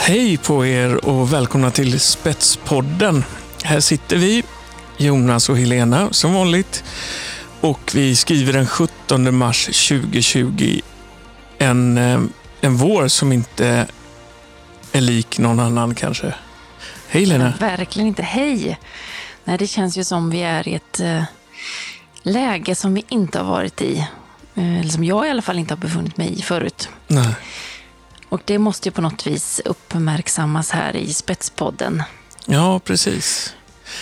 Hej på er och välkomna till Spetspodden. Här sitter vi, Jonas och Helena som vanligt. Och vi skriver den 17 mars 2020. En vår som inte är lik någon annan kanske. Hej Helena. Verkligen inte. Hej. Nej, det känns ju som vi är i ett läge som vi inte har varit i. Eller som jag i alla fall inte har befunnit mig i förut. Nej. Och det måste ju på något vis uppmärksammas här i Spetspodden. Ja, precis.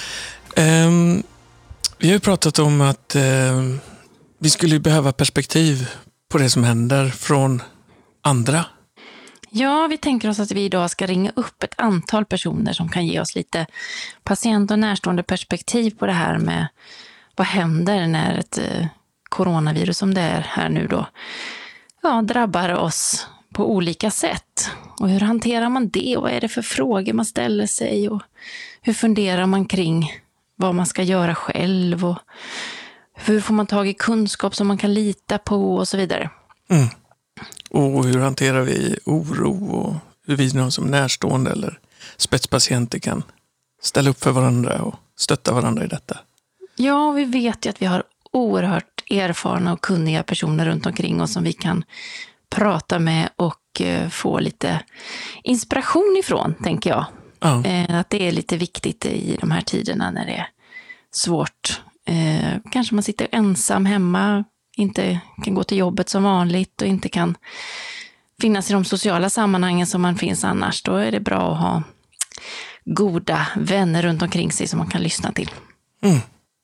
Vi har ju pratat om att vi skulle behöva perspektiv på det som händer från andra. Ja, vi tänker oss att vi idag ska ringa upp ett antal personer som kan ge oss lite patient- och närstående perspektiv på det här med vad händer när ett coronavirus som det är här nu då drabbar oss på olika sätt. Och hur hanterar man det? Och vad är det för frågor man ställer sig? Och hur funderar man kring vad man ska göra själv? Och hur får man tag i kunskap som man kan lita på och så vidare? Mm. Och hur hanterar vi oro och hur vi som närstående eller spetspatienter kan ställa upp för varandra och stötta varandra i detta? Ja, vi vet ju att vi har oerhört erfarna och kunniga personer runt omkring oss som vi kan prata med och få lite inspiration ifrån, tänker jag. Ja. Att det är lite viktigt i de här tiderna när det är svårt. Kanske man sitter ensam hemma, inte kan gå till jobbet som vanligt och inte kan finnas i de sociala sammanhangen som man finns annars. Då är det bra att ha goda vänner runt omkring sig som man kan lyssna till. Mm.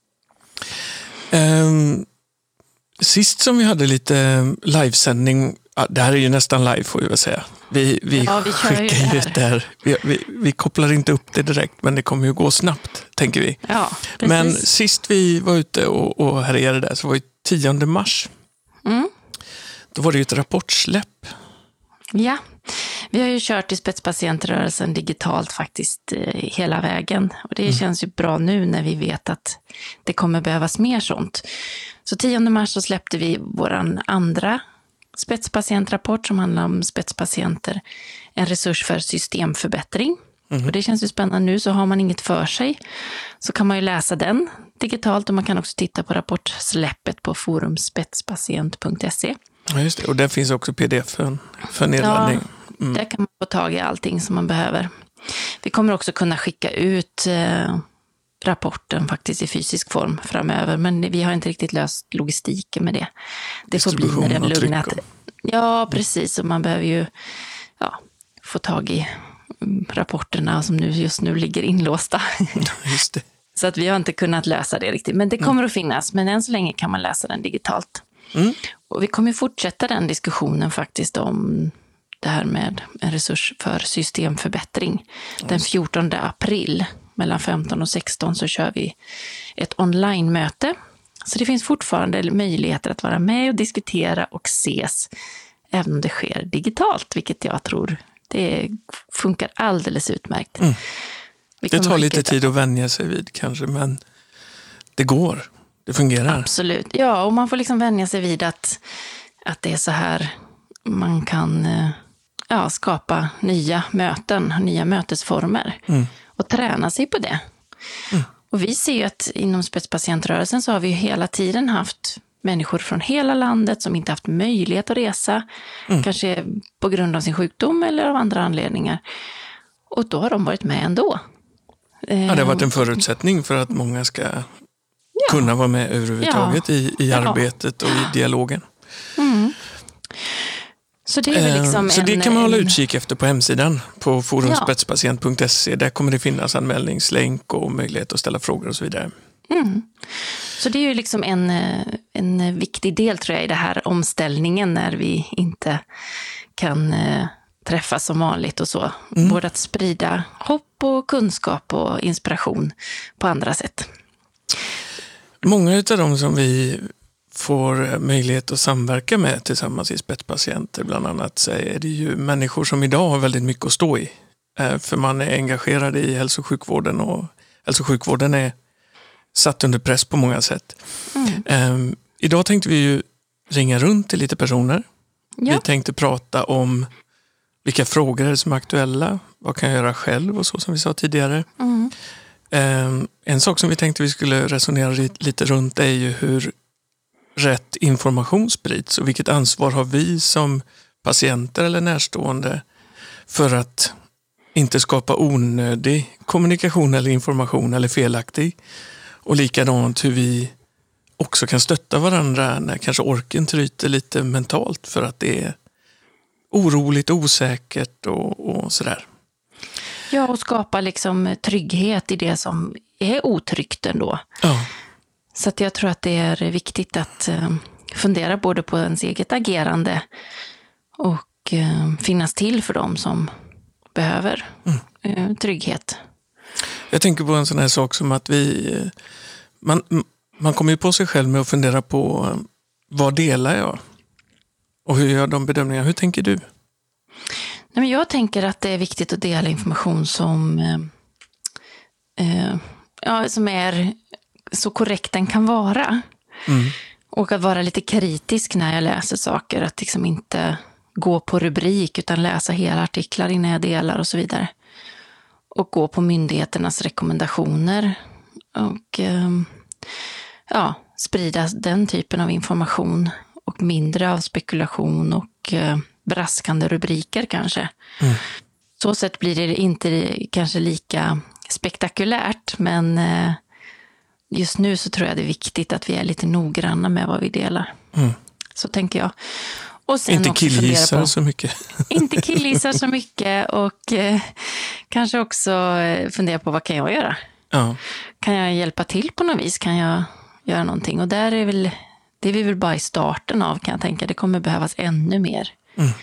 Sist som vi hade lite livesändning, det här är ju nästan live får vi väl säga. Vi skickar ut där. Vi kopplar inte upp det direkt, men det kommer ju gå snabbt, tänker vi. Ja, precis. Men sist vi var ute och härjade där så var det 10 mars. Mm. Då var det ju ett rapportsläpp. Ja, vi har ju kört i spetspatientrörelsen digitalt faktiskt hela vägen. Och det känns ju bra nu när vi vet att det kommer behövas mer sånt. Så 10 mars så släppte vi våran andra spetspatientrapport som handlar om spetspatienter. En resurs för systemförbättring. Och det känns ju spännande nu, så har man inget för sig så kan man ju läsa den digitalt och man kan också titta på rapportsläppet på forumspetspatient.se. Ja, just det. Och där finns också pdf för nedladdning. Ja, där kan man få tag i allting som man behöver. Vi kommer också kunna skicka ut rapporten faktiskt i fysisk form framöver, men vi har inte riktigt löst logistiken med det. Det får bli när det är lugnat. Ja, precis. Och man behöver ju få tag i rapporterna som just nu ligger inlåsta. Just det. Så att vi har inte kunnat lösa det riktigt. Men det kommer att finnas, men än så länge kan man läsa den digitalt. Mm. Och vi kommer fortsätta den diskussionen faktiskt om det här med en resurs för systemförbättring. Den 14 april mellan 15 och 16 så kör vi ett online-möte. Så det finns fortfarande möjligheter att vara med och diskutera och ses även om det sker digitalt, vilket jag tror det funkar alldeles utmärkt. Mm. Det tar lite tid att vänja sig vid kanske, men det går. Det fungerar. Absolut. Ja, och man får liksom vänja sig vid att det är så här man kan skapa nya möten, nya mötesformer och träna sig på det. Mm. Och vi ser ju att inom spetspatientrörelsen så har vi hela tiden haft människor från hela landet som inte haft möjlighet att resa, kanske på grund av sin sjukdom eller av andra anledningar. Och då har de varit med ändå. Ja, det har varit en förutsättning för att många ska kunna vara med överhuvudtaget i arbetet och i dialogen. Mm. Så det är liksom så det kan man hålla utkik efter på hemsidan på forumspetspatient.se. Där kommer det finnas anmälningslänk och möjlighet att ställa frågor och så vidare. Mm. Så det är ju liksom en viktig del tror jag i det här omställningen när vi inte kan träffas som vanligt och så. Både att sprida hopp och kunskap och inspiration på andra sätt. Många av dem som vi får möjlighet att samverka med tillsammans i spetspatienter bland annat, så är det ju människor som idag har väldigt mycket att stå i. För man är engagerad i hälso- och sjukvården och hälso- och sjukvården är satt under press på många sätt. Idag tänkte vi ju ringa runt till lite personer. Ja. Vi tänkte prata om vilka frågor är som är aktuella vad kan jag göra själv och så som vi sa tidigare. En sak som vi tänkte vi skulle resonera lite runt är ju hur rätt information sprids och vilket ansvar har vi som patienter eller närstående för att inte skapa onödig kommunikation eller information eller felaktig. Och likadant hur vi också kan stötta varandra när kanske orken tryter lite mentalt för att det är oroligt, osäkert och sådär. Ja, och skapa liksom trygghet i det som är otryggt ändå. Ja. Så att jag tror att det är viktigt att fundera både på ens eget agerande och finnas till för dem som behöver trygghet. Jag tänker på en sån här sak som att man kommer ju på sig själv med att fundera på vad delar jag? Och hur gör de bedömningar? Hur tänker du? Nej, men jag tänker att det är viktigt att dela information som är så korrekt den kan vara. Och att vara lite kritisk när jag läser saker. Att liksom inte gå på rubrik utan läsa hela artiklar innan jag delar och så vidare. Och gå på myndigheternas rekommendationer. Och sprida den typen av information. Och mindre av spekulation och braskande rubriker kanske. Så sätt blir det inte kanske lika spektakulärt, men just nu så tror jag det är viktigt att vi är lite noggranna med vad vi delar. Så tänker jag. Och sen inte killgissar så mycket. Inte killgissar så mycket och kanske också fundera på vad kan jag göra? Ja. Kan jag hjälpa till på något vis? Kan jag göra någonting? Och där är vi väl bara i starten av, kan jag tänka. Det kommer behövas ännu mer.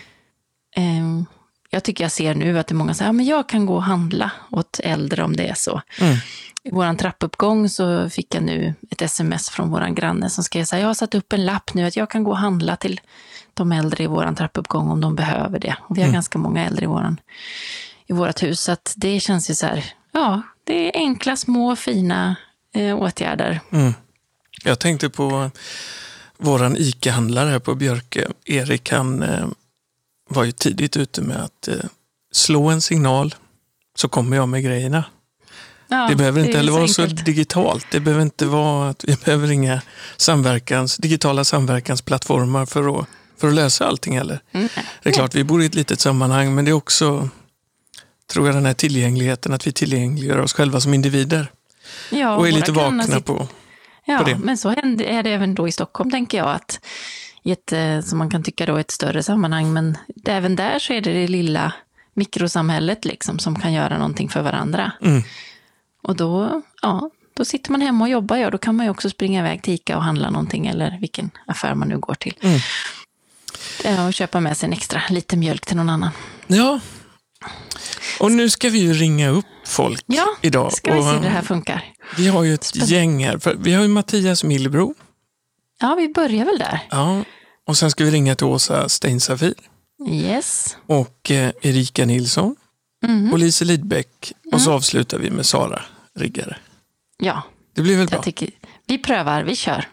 Jag tycker jag ser nu att det är många som säger, men jag kan gå och handla åt äldre om det är så. I våran trappuppgång så fick jag nu ett sms från våran granne som skrev så här, jag har satt upp en lapp nu att jag kan gå och handla till de äldre i våran trappuppgång om de behöver det. Och vi har ganska många äldre i vårat hus, så att det känns ju så här, det är enkla, små, fina åtgärder. Jag tänkte på våran ICA-handlare här på Björke. Erik, han var ju tidigt ute med att slå en signal så kommer jag med grejerna. Ja, det behöver inte heller vara så enkelt. digitalt. Det behöver inte vara att vi behöver inga digitala samverkansplattformar för att lösa allting heller. Det är klart, vi bor i ett litet sammanhang, men det är också, tror jag, den här tillgängligheten, att vi tillgängliggör oss själva som individer. Ja, och är lite vakna på det. Men så är det även då i Stockholm, tänker jag, att i ett, som man kan tycka då, ett större sammanhang, men även där så är det lilla mikrosamhället liksom, som kan göra någonting för varandra. Och då sitter man hemma och jobbar, då kan man ju också springa iväg till ICA och handla någonting, eller vilken affär man nu går till. Och köpa med sig en extra lite mjölk till någon annan. Ja. Och nu ska vi ju ringa upp folk idag. Ska vi se hur det här funkar. Vi har ju ett gäng här. Vi har ju Mattias Milbro. Ja, vi börjar väl där. Ja, och sen ska vi ringa till Åsa Steinsafir. Yes. Och Erika Nilsson. Och Lise Lidbeck. Och så avslutar vi med Sara Riggare. Ja. Det blir väl bra. Vi prövar, vi kör.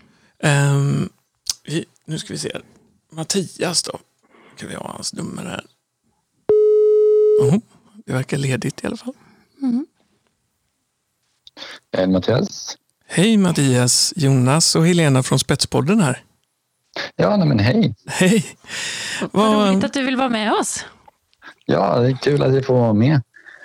Nu ska vi se. Mattias då. Kan vi ha hans nummer här. Det verkar ledigt i alla fall. Mattias. Hej Mattias, Jonas och Helena från Spetspodden här. Ja, men hej. Hej. Vad roligt att du vill vara med oss. Ja, det är kul att vi får vara med.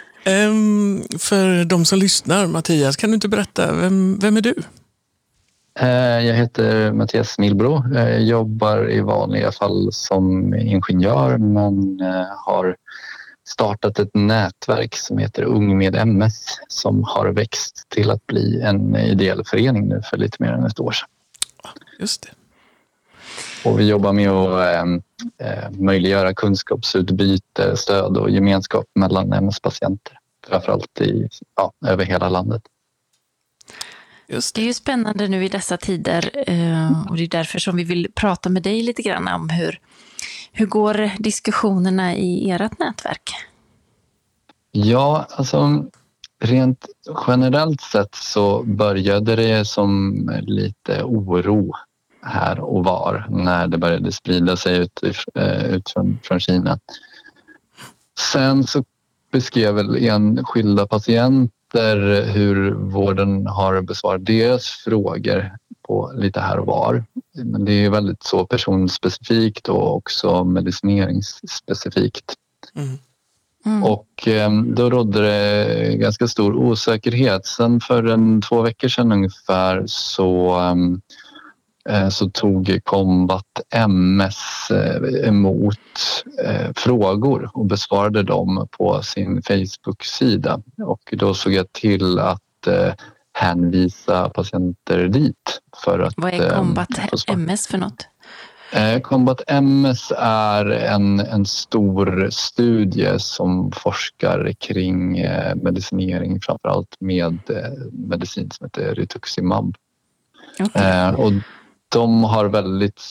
För de som lyssnar, Mattias, kan du inte berätta, vem är du? Jag heter Mattias Milbro. Jag jobbar i vanliga fall som ingenjör, men har startat ett nätverk som heter Ung med MS som har växt till att bli en ideell förening nu för lite mer än ett år sedan. Just det. Och vi jobbar med att möjliggöra kunskapsutbyte, stöd och gemenskap mellan MS-patienter. Framförallt över hela landet. Just det är ju spännande nu i dessa tider och det är därför som vi vill prata med dig lite grann om hur går diskussionerna i ert nätverk? Ja, alltså rent generellt sett så började det som lite oro här och var när det började sprida sig ut från Kina. Sen så beskrev väl enskilda patienter hur vården har besvarat deras frågor på lite här och var. Men det är väldigt så personspecifikt och också medicineringsspecifikt. Och då rådde det ganska stor osäkerhet. Sen för 2 veckor sedan ungefär så tog Combat MS emot frågor och besvarade dem på sin Facebook-sida. Och då såg jag till att hänvisa patienter dit. För att, vad är Combat MS för något? Combat MS är en stor studie som forskar kring medicinering, framförallt med medicin som heter rituximab. Okay. Och de har väldigt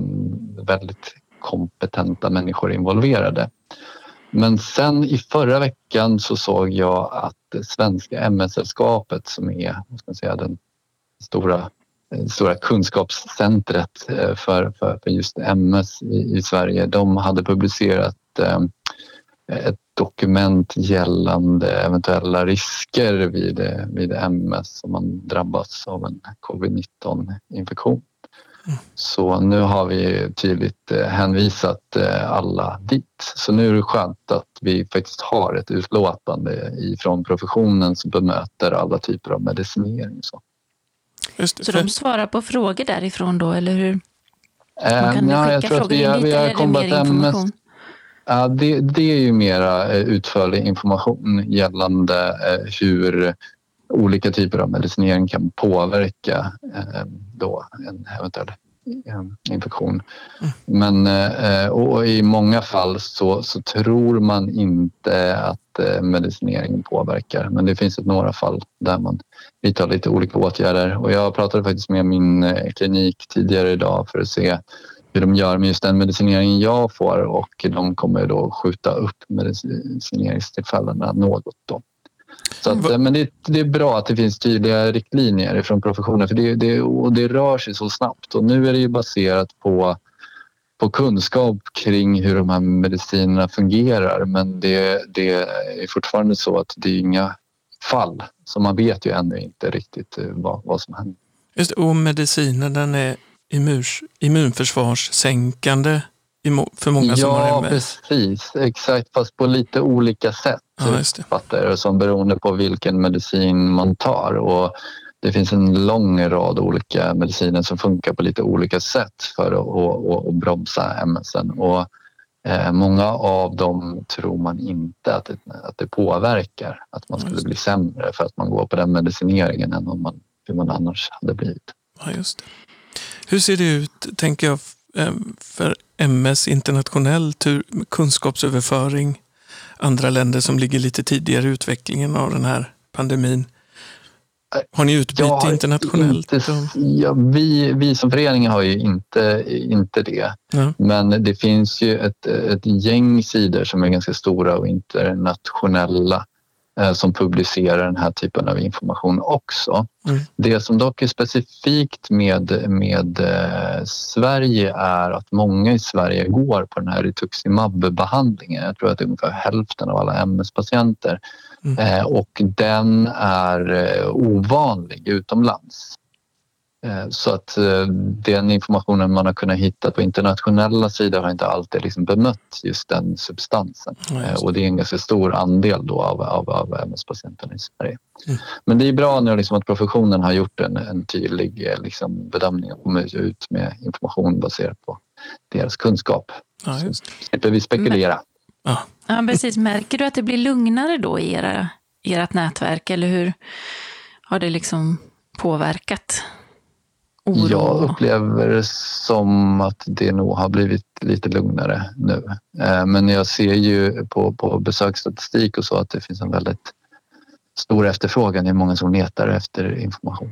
kompetenta människor involverade. Men sen i förra veckan så såg jag att Svenska MS-sällskapet, som är den stora kunskapscentret för just MS i Sverige, de hade publicerat ett dokument gällande eventuella risker vid MS om man drabbas av en covid-19-infektion. Så nu har vi tydligt hänvisat alla dit. Så nu är det skönt att vi faktiskt har ett utlåtande ifrån professionen som bemöter alla typer av medicinering. Så de svarar på frågor därifrån då, eller hur? Man kan jag tror att vi har Combat MS. Ja, det är ju mera utförlig information gällande hur olika typer av medicinering kan påverka då en eventuell infektion. Men och i många fall så tror man inte att medicineringen påverkar. Men det finns några fall där man vidtar lite olika åtgärder. Och jag pratade faktiskt med min klinik tidigare idag för att se hur de gör med just den medicineringen jag får, och de kommer då skjuta upp medicineringstillfällena något då. Så att, men det är bra att det finns tydliga riktlinjer från professionen, för det rör sig så snabbt, och nu är det ju baserat på kunskap kring hur de här medicinerna fungerar, men det är fortfarande så att det är inga fall, så man vet ju ännu inte riktigt vad som händer. Just det, och medicinen, den är immunförsvarssänkande för många som har MS. Ja, precis. Exakt, fast på lite olika sätt. Ja, just det. Fattar, som beroende på vilken medicin man tar. Och det finns en lång rad olika mediciner som funkar på lite olika sätt för att bromsa MS:en. Och många av dem tror man inte att det påverkar. Att man skulle bli sämre för att man går på den medicineringen än hur man annars hade blivit. Ja, just det. Hur ser det ut, tänker jag, för MS internationellt, kunskapsöverföring, andra länder som ligger lite tidigare i utvecklingen av den här pandemin? Har ni utbyte internationellt? Vi som förening har ju inte det. Ja. Men det finns ju ett gäng sidor som är ganska stora och internationella som publicerar den här typen av information också. Det som dock är specifikt med Sverige är att många i Sverige går på den här rituximab-behandlingen. Jag tror att det är ungefär hälften av alla MS-patienter. Och den är ovanlig utomlands. Så att den informationen man har kunnat hitta på internationella sidor har inte alltid liksom bemött just den substansen. Och det är en ganska stor andel då av MS-patienterna i Sverige. Men det är bra nu liksom att professionen har gjort en tydlig liksom bedömning och kommit ut med information baserat på deras kunskap. Ja, just det. Så slipper vi spekulera. Ja, precis. Märker du att det blir lugnare då i ert nätverk, eller hur har det liksom påverkat? Oro. Jag upplever som att det nog har blivit lite lugnare nu. Men jag ser ju på besöksstatistik och så att det finns en väldigt stor efterfrågan. Det är många som letar efter information.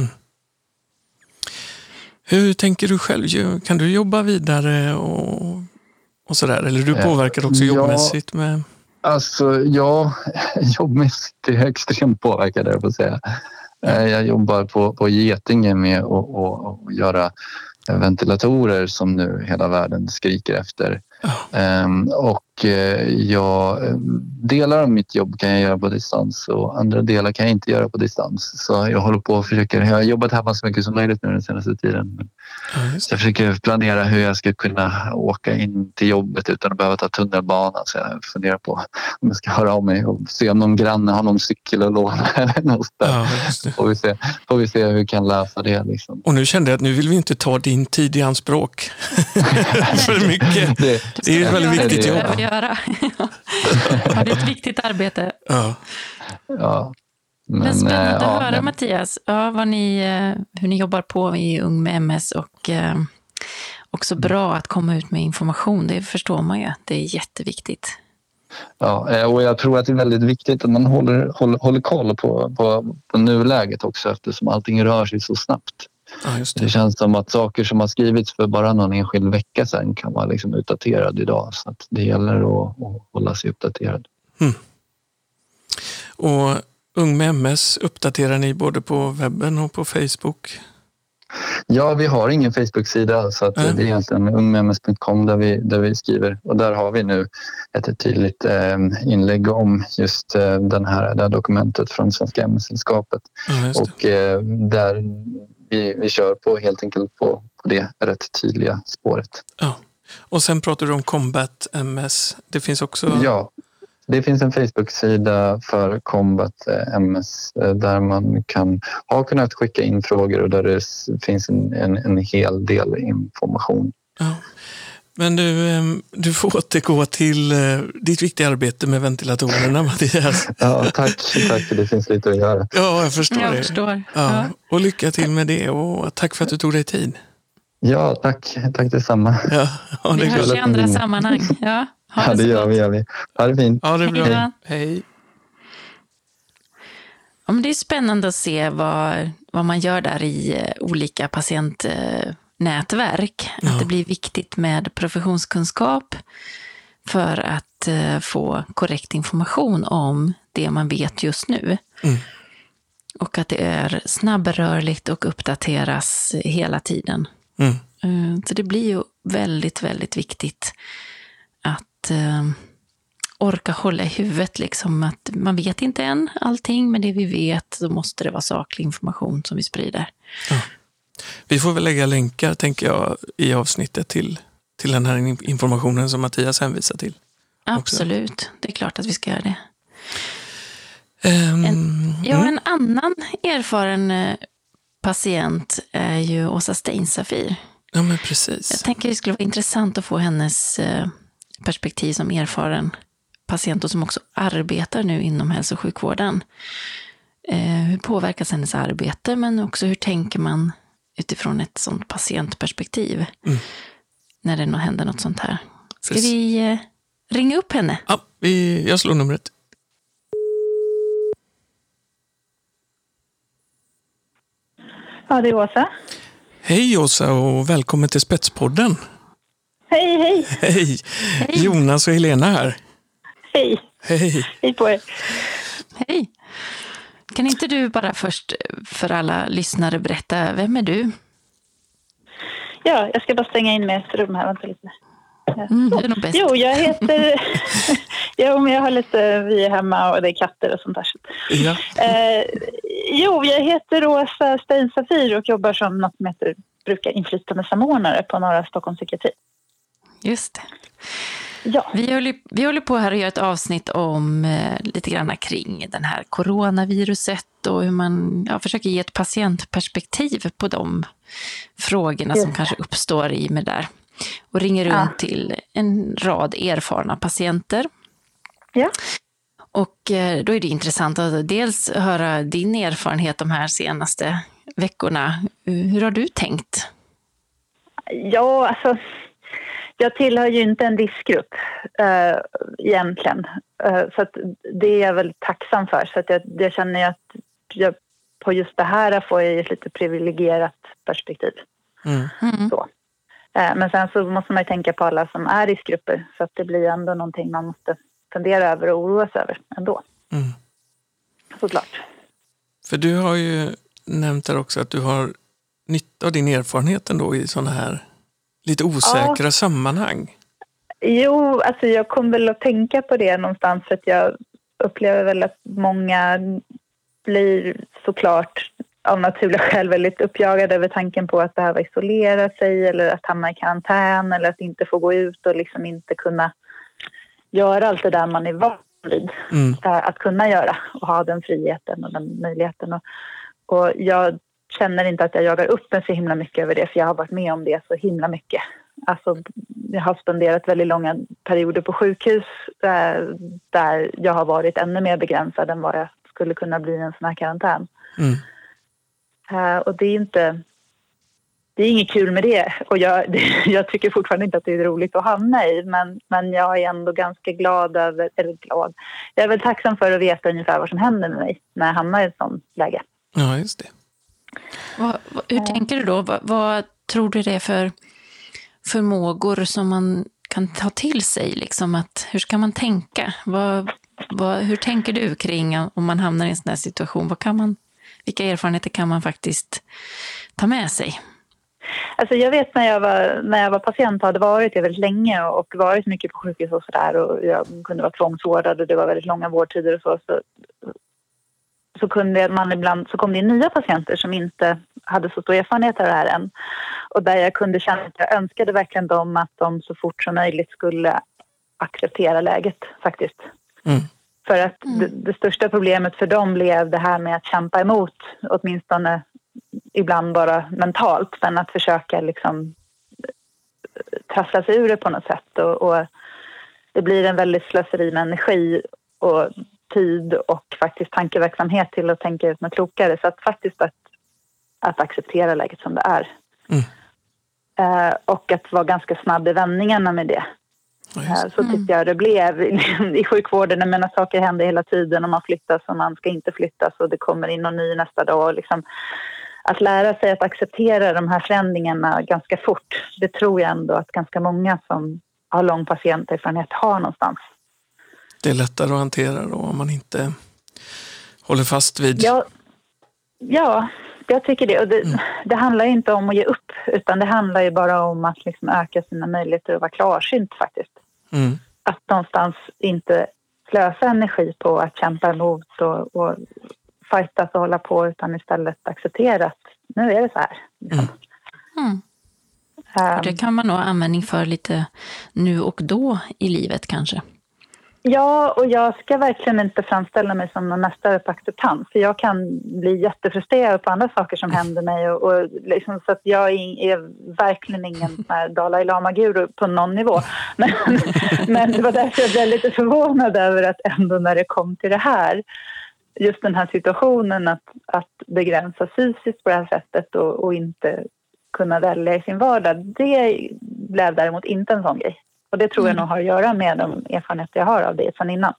Hur tänker du själv? Kan du jobba vidare och sådär? Eller du påverkar också jobbmässigt med... Alltså, jobbmässigt är jag extremt påverkad, jag får säga. Jag jobbar på Getinge med att göra ventilatorer som nu hela världen skriker efter. Och delar av mitt jobb kan jag göra på distans och andra delar kan jag inte göra på distans. Så jag håller på och jag har jobbat hemma så mycket som möjligt nu den senaste tiden. Så jag försöker planera hur jag ska kunna åka in till jobbet utan att behöva ta tunnelbanan. Så jag funderar på om jag ska höra av mig och se om någon granne har någon cykel att låna eller något där. Ja, Får vi se hur vi kan lösa det. Liksom. Och nu kände jag att nu vill vi inte ta din tid i anspråk. För mycket. Det är ju ett väldigt viktigt jobb. Det är ett viktigt arbete. Ja. Men spännande att höra, Mattias. Ja, hur ni jobbar på i Ung med MS och också bra att komma ut med information. Det förstår man ju. Det är jätteviktigt. Ja, och jag tror att det är väldigt viktigt att man håller koll på nuläget också eftersom allting rör sig så snabbt. Ja, just det känns som att saker som har skrivits för bara någon enskild vecka sedan kan vara liksom utdaterad idag. Så att det gäller att hålla sig uppdaterad. Och Ung med MS uppdaterar ni både på webben och på Facebook? Ja, vi har ingen Facebook-sida så att det är egentligen ungmms.com där vi skriver. Och där har vi nu ett tydligt inlägg om just det här dokumentet från Svenska MS-sällskapet. Och där vi kör på helt enkelt på det rätt tydliga spåret. Ja. Och sen pratar du om Combat MS. Det finns också... Ja. Det finns en Facebook-sida för Combat MS där man har kunnat skicka in frågor och där det finns en hel del information. Ja. Men du får återgå till ditt viktiga arbete med ventilatorerna, Mattias. Ja, tack. Det finns lite att göra. Ja, jag förstår det. Förstår. Ja. Och lycka till med det och tack för att du tog dig tid. Ja, tack. Tack detsamma. Ja, vi hörs i andra sammanhang. Ja. Ja, det gör vi. Ha det fint. Ja, det är bra. Hej. Hej. Ja, men det är spännande att se vad man gör där i olika patientnätverk. Ja. Att det blir viktigt med professionskunskap för att få korrekt information om det man vet just nu. Och att det är snabbrörligt och uppdateras hela tiden. Så det blir ju väldigt, väldigt viktigt att orka hålla i huvudet liksom att man vet inte än allting, men det vi vet så måste det vara saklig information som vi sprider. Ja. Vi får väl lägga länkar, tänker jag, i avsnittet till den här informationen som Mattias hänvisar till. Absolut, också. Det är klart att vi ska göra det. En annan erfaren patient är ju Åsa Steinsafir. Ja, men precis. Jag tänker det skulle vara intressant att få hennes perspektiv som erfaren patient och som också arbetar nu inom hälso- och sjukvården. Hur påverkas hennes arbete, men också hur tänker man utifrån ett sånt patientperspektiv när det händer något sånt här. Ska vi ringa upp henne? Ja, jag slår numret. Ja, det är Åsa. Hej Åsa och välkommen till Spetspodden. Hej. Hej. Jonas och Helena här. Hej. Hej. Hej på er. Hej. Kan inte du bara först för alla lyssnare berätta, vem är du? Ja, jag ska bara stänga in mig i ett rum här. Vänta lite. Ja. Det är nog bäst. Jo, jag heter... men jag har lite... Vi är hemma och det är katter och sånt där. Ja. Jag heter Åsa Steinsafir och jobbar som något som heter brukarinflytandesamordnare på Norra Stockholms psykiatri. Just det. Ja. Vi håller på här och gör ett avsnitt om lite grann kring den här coronaviruset och hur man försöker ge ett patientperspektiv på de frågorna som kanske uppstår i med där. Och ringer runt till en rad erfarna patienter. Ja. Och då är det intressant att dels höra din erfarenhet de här senaste veckorna. Hur har du tänkt? Ja, alltså... Jag tillhör ju inte en riskgrupp egentligen. Så att det är jag väl tacksam för. Så att jag känner ju att jag på just det här får jag ett lite privilegierat perspektiv. Så. Men sen så måste man ju tänka på alla som är riskgrupper. Så att det blir ändå någonting man måste fundera över och oroa sig över ändå. Såklart. För du har ju nämnt här också att du har nytta av din erfarenhet ändå i sådana här lite osäkra sammanhang. Jo, alltså jag kom väl att tänka på det någonstans för att jag upplever väl att många blir såklart av naturliga skäl väldigt uppjagade över tanken på att behöva isolera sig eller att hamna i karantän eller att inte få gå ut och liksom inte kunna göra allt det där man är van vid att kunna göra och ha den friheten och den möjligheten. Och jag känner inte att jag jagar upp mig så himla mycket över det, för jag har varit med om det så himla mycket. Alltså, jag har spenderat väldigt långa perioder på sjukhus där jag har varit ännu mer begränsad än vad jag skulle kunna bli i en sån här karantän. Och det är inget kul med det. Och jag tycker fortfarande inte att det är roligt att hamna i, men jag är ändå ganska glad. Jag är väl tacksam för att veta ungefär vad som händer med mig när jag hamnar i ett sånt läge. Ja, just det. Hur tänker du då? Vad tror du det är för förmågor som man kan ta till sig? Liksom hur ska man tänka? Hur tänker du kring om man hamnar i en sån här situation? Vilka erfarenheter kan man faktiskt ta med sig? Alltså jag vet när jag var patient hade varit det väldigt länge och varit mycket på sjukhus och sådär, och jag kunde vara tvångsvårdad och det var väldigt långa vårdtider och så kunde man ibland, så kom det in nya patienter som inte hade så stor erfarenhet av det här än. Och där jag kunde känna att jag önskade verkligen dem att de så fort som möjligt skulle acceptera läget faktiskt. För att det största problemet för dem blev det här med att kämpa emot, åtminstone ibland bara mentalt, men att försöka liksom trassla sig ur det på något sätt. Och det blir en väldigt slöseri med energi och tid och faktiskt tankeverksamhet till att tänka ut något klokare. Så att faktiskt att acceptera läget som det är. Och att vara ganska snabb i vändningarna med det. Så tyckte jag det blev i sjukvården. Jag menar, saker händer hela tiden och man flyttas och man ska inte flyttas och det kommer in någon ny nästa dag. Och liksom, att lära sig att acceptera de här förändringarna ganska fort, det tror jag ändå att ganska många som har lång patienterfarenhet har någonstans. Det är lättare att hantera då om man inte håller fast vid... Ja, jag tycker det. Och det handlar inte om att ge upp, utan det handlar ju bara om att liksom öka sina möjligheter att vara klarsynt faktiskt. Att någonstans inte slösa energi på att kämpa emot och fightas och hålla på, utan istället acceptera att nu är det så här. Och det kan man nog ha användning för lite nu och då i livet kanske. Ja, och jag ska verkligen inte framställa mig som någon mästare på acceptans. För jag kan bli jättefrustrerad på andra saker som händer mig. Och liksom, så att jag är verkligen ingen Dalai Lama-guru på någon nivå. Men det var därför jag blev lite förvånad över att ändå när det kom till det här, just den här situationen att begränsa fysiskt på det här sättet och inte kunna välja i sin vardag, det blev däremot inte en sån grej. Och det tror jag nog har att göra med de erfarenheter jag har av det sedan innan.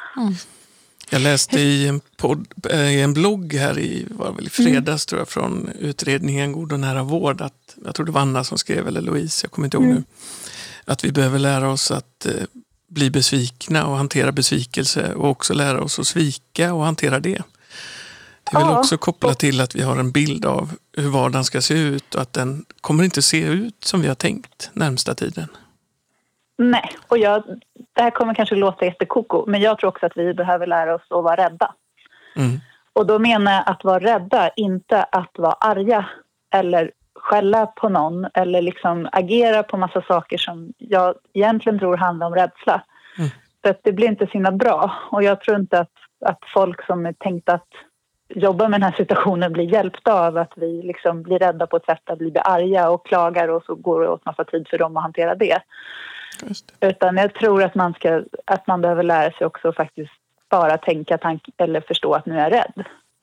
Jag läste i en blogg här i fredags tror jag, från utredningen God och nära vård, att jag tror det var Anna som skrev, eller Louise, jag kommer inte ihåg nu, att vi behöver lära oss att bli besvikna och hantera besvikelse, och också lära oss att svika och hantera det. Det är väl också kopplat till att vi har en bild av hur vardagen ska se ut och att den kommer inte se ut som vi har tänkt närmsta tiden. Nej, och det här kommer kanske låta jättekoko, men jag tror också att vi behöver lära oss att vara rädda. Och då menar jag att vara rädda, inte att vara arga eller skälla på någon eller liksom agera på massa saker som jag egentligen tror handlar om rädsla. För att det blir inte så himla bra, och jag tror inte att folk som är tänkt att jobba med den här situationen blir hjälpta av att vi liksom blir rädda på ett sätt där vi blir arga och klagar, och så går det åt massa tid för dem att hantera det. Utan jag tror att man behöver lära sig också faktiskt bara tänka eller förstå att nu är jag rädd.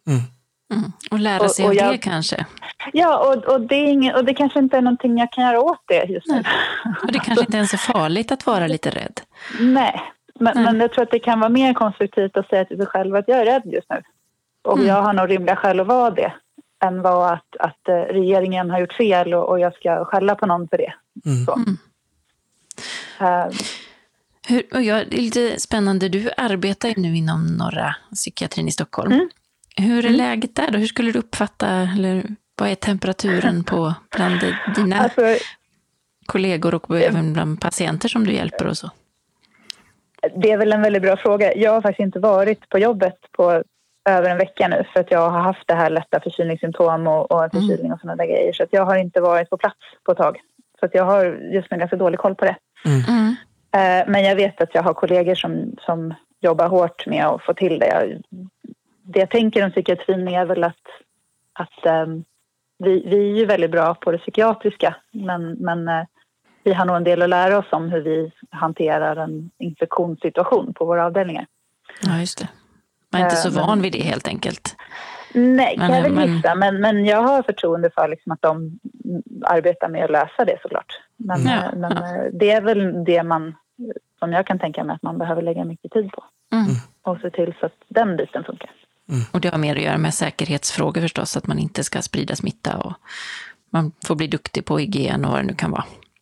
Och lära sig av det kanske. Ja, och det kanske inte är någonting jag kan göra åt det just nu. Och det kanske inte ens är farligt att vara lite rädd. Nej, men jag tror att det kan vara mer konstruktivt att säga till sig själv att jag är rädd just nu. Och jag har nog rimliga skäl att vara det, än vad att regeringen har gjort fel och jag ska skälla på någon för det. Så. Det är lite spännande, du arbetar ju nu inom norra psykiatrin i Stockholm. Hur är läget där då? Hur skulle du uppfatta, eller vad är temperaturen bland dina kollegor och även bland patienter som du hjälper och så? Det är väl en väldigt bra fråga. Jag har faktiskt inte varit på jobbet på över en vecka nu för att jag har haft det här lätta förkylningssymptom och en förkylning och sådana där grejer. Så att jag har inte varit på plats på ett tag. Så att jag har just nu ganska dålig koll på det. Men jag vet att jag har kollegor som jobbar hårt med att få till det. Det jag tänker om psykiatrin är väl att vi är ju väldigt bra på det psykiatriska. Men vi har nog en del att lära oss om hur vi hanterar en infektionssituation på våra avdelningar. Ja, just det. Man är inte så van vid det helt enkelt. Nej, kan jag väl gissa. Men jag har förtroende för liksom att de arbetar med att lösa det såklart. Men det är väl det som jag kan tänka mig att man behöver lägga mycket tid på. Och se till så att den biten funkar. Och det har mer att göra med säkerhetsfrågor förstås. Att man inte ska sprida smitta och man får bli duktig på hygien och vad det nu kan vara.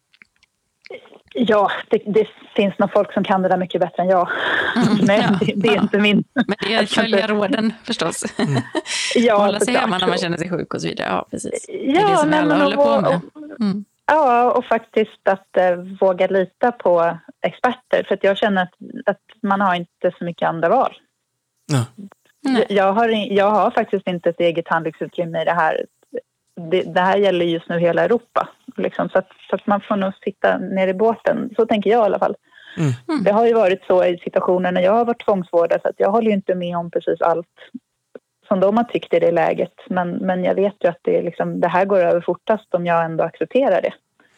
Ja, det finns nog folk som kan det där mycket bättre än jag. Men det är inte min. Men det är att följa råden förstås. Hålla sig hemma när man känner sig sjuk och så vidare. Ja, precis. Det är det som alla håller på med. Ja, och faktiskt att våga lita på experter. För att jag känner att man har inte så mycket andra val. Ja. Jag har faktiskt inte ett eget handlingsutrymme i det här. Det här gäller just nu hela Europa. Liksom, så att man får nog sitta ner i båten. Så tänker jag i alla fall. Det har ju varit så i situationer när jag har varit tvångsvårdad. Så att jag håller ju inte med om precis allt som de har tyckt i det läget. Men jag vet ju att det här går över fortast om jag ändå accepterar det.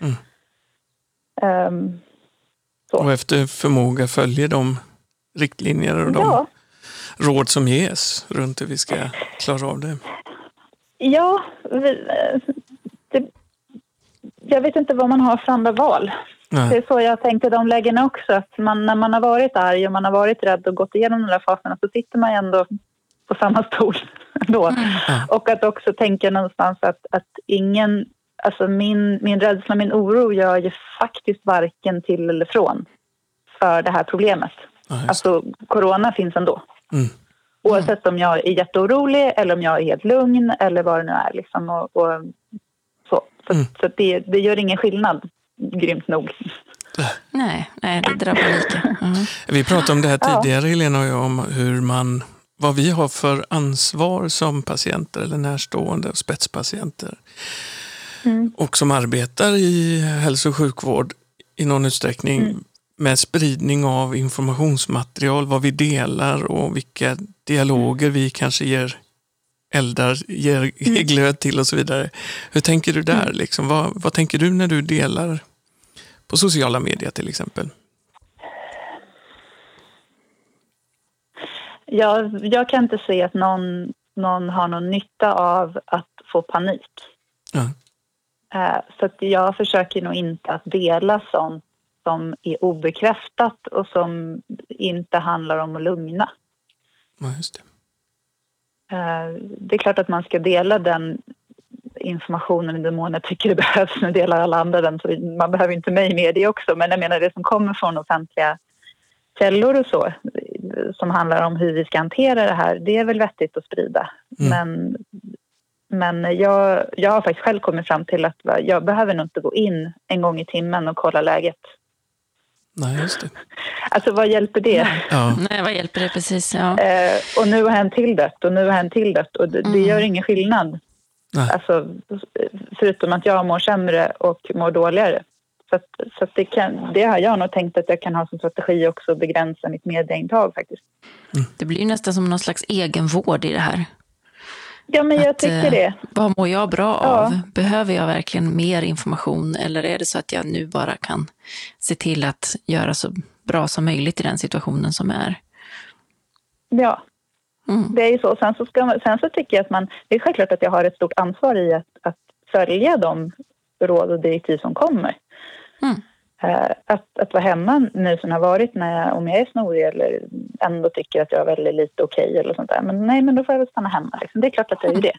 Och efter förmåga följer de riktlinjer och de råd som ges runt hur vi ska klara av det. Ja, jag vet inte vad man har för andra val. Nej. Det är så jag tänkte de lägena också. Att när man har varit arg och man har varit rädd och gått igenom de där faserna så sitter man ändå på samma stol då. Och att också tänka någonstans att ingen, alltså min rädsla, min oro gör ju faktiskt varken till eller från för det här problemet. Alltså corona finns ändå. Oavsett om jag är jätteorolig eller om jag är helt lugn eller vad det nu är. Liksom, och så det gör ingen skillnad, grymt nog. Nej, det drabbar lika. Vi pratade om det här tidigare, Helena och jag, om vad vi har för ansvar som patienter eller närstående och spetspatienter. Och som arbetar i hälso- och sjukvård i någon utsträckning med spridning av informationsmaterial, vad vi delar och vilka dialoger vi kanske ger glöd till och så vidare. Hur tänker du där? Liksom? Vad tänker du när du delar på sociala medier till exempel? Jag kan inte se att någon har någon nytta av att få panik. Så att jag försöker nog inte att dela sånt som är obekräftat och som inte handlar om att lugna. Ja, just det. Det är klart att man ska dela den informationen i den mån jag tycker det behövs. Nu delar alla andra den, så man behöver inte mig med det också. Men jag menar det som kommer från offentliga källor och så, som handlar om hur vi ska hantera det här, det är väl vettigt att sprida. Men jag har faktiskt själv kommit fram till att jag behöver nog inte gå in en gång i timmen och kolla läget. Nej, just det. Alltså vad hjälper det? Nej, vad hjälper det precis? Ja. Och nu har hänt till det och nu har hänt till det och det gör ingen skillnad. Alltså, förutom att jag mår sämre och mår dåligare. Så att det har jag nog tänkt att jag kan ha som strategi också att begränsa mitt medieintag faktiskt. Det blir ju nästan som någon slags egenvård i det här. Ja, men jag tycker det. Vad mår jag bra av? Behöver jag verkligen mer information? Eller är det så att jag nu bara kan se till att göra så bra som möjligt i den situationen som är? Ja, det är ju så. Sen så tycker jag att det är självklart att jag har ett stort ansvar i att följa de råd och direktiv som kommer. Att vara hemma nu som har varit om jag är snorig eller ändå tycker att jag är väldigt lite okej eller sånt där. Men då får jag väl stanna hemma. Liksom. Det är klart att jag är det.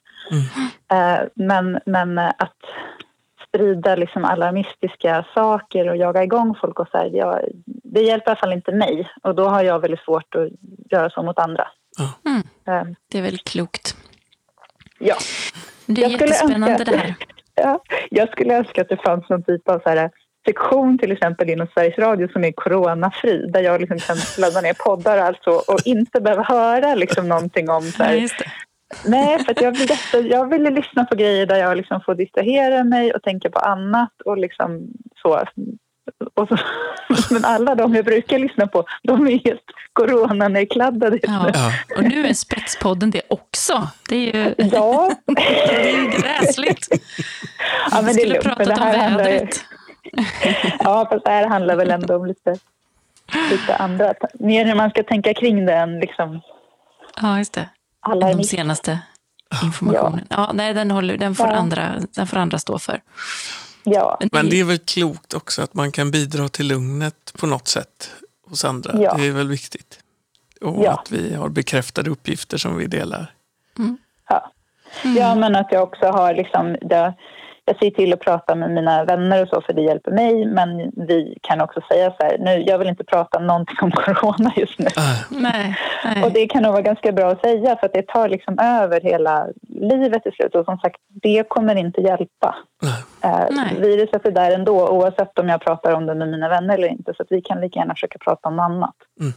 Men att sprida liksom alarmistiska saker och jaga igång folk och så här, det hjälper i alla fall inte mig. Och då har jag väldigt svårt att göra så mot andra. Det är väldigt klokt. Ja. Det är jättespännande det här. Ja, jag skulle önska att det fanns någon typ av så här sektion till exempel inom Sveriges Radio som är coronafri, där jag liksom kan ladda ner poddar alltså, och inte behöva höra liksom någonting om så här. Ja, just det. Nej, för att jag ville lyssna på grejer där jag liksom får distrahera mig och tänka på annat och liksom så. Och så, men alla de jag brukar lyssna på, de är helt coronanedkladdade. Ja. Och nu är Spetspodden det också. Det är ju, ja. det är ju gräsligt. Ja, men vi skulle pratat om vädret. Ja, fast det här handlar väl ändå om lite andra. Mer hur man ska tänka kring det än liksom. Ja, just det. Alla de senaste informationen. Ja, nej, den får andra stå för. Ja. Men det är väl klokt också att man kan bidra till lugnet på något sätt hos andra. Ja. Det är väl viktigt. Och att vi har bekräftade uppgifter som vi delar. Mm. Ja. Ja, men att jag också har liksom, jag ser till att prata med mina vänner och så, för det hjälper mig, men vi kan också säga så här, nu, jag vill inte prata någonting om corona just nu. Nej. Och det kan nog vara ganska bra att säga, för att det tar liksom över hela livet i slut, och som sagt, det kommer inte hjälpa. Viruset är där ändå, oavsett om jag pratar om det med mina vänner eller inte, så att vi kan lika gärna försöka prata om annat.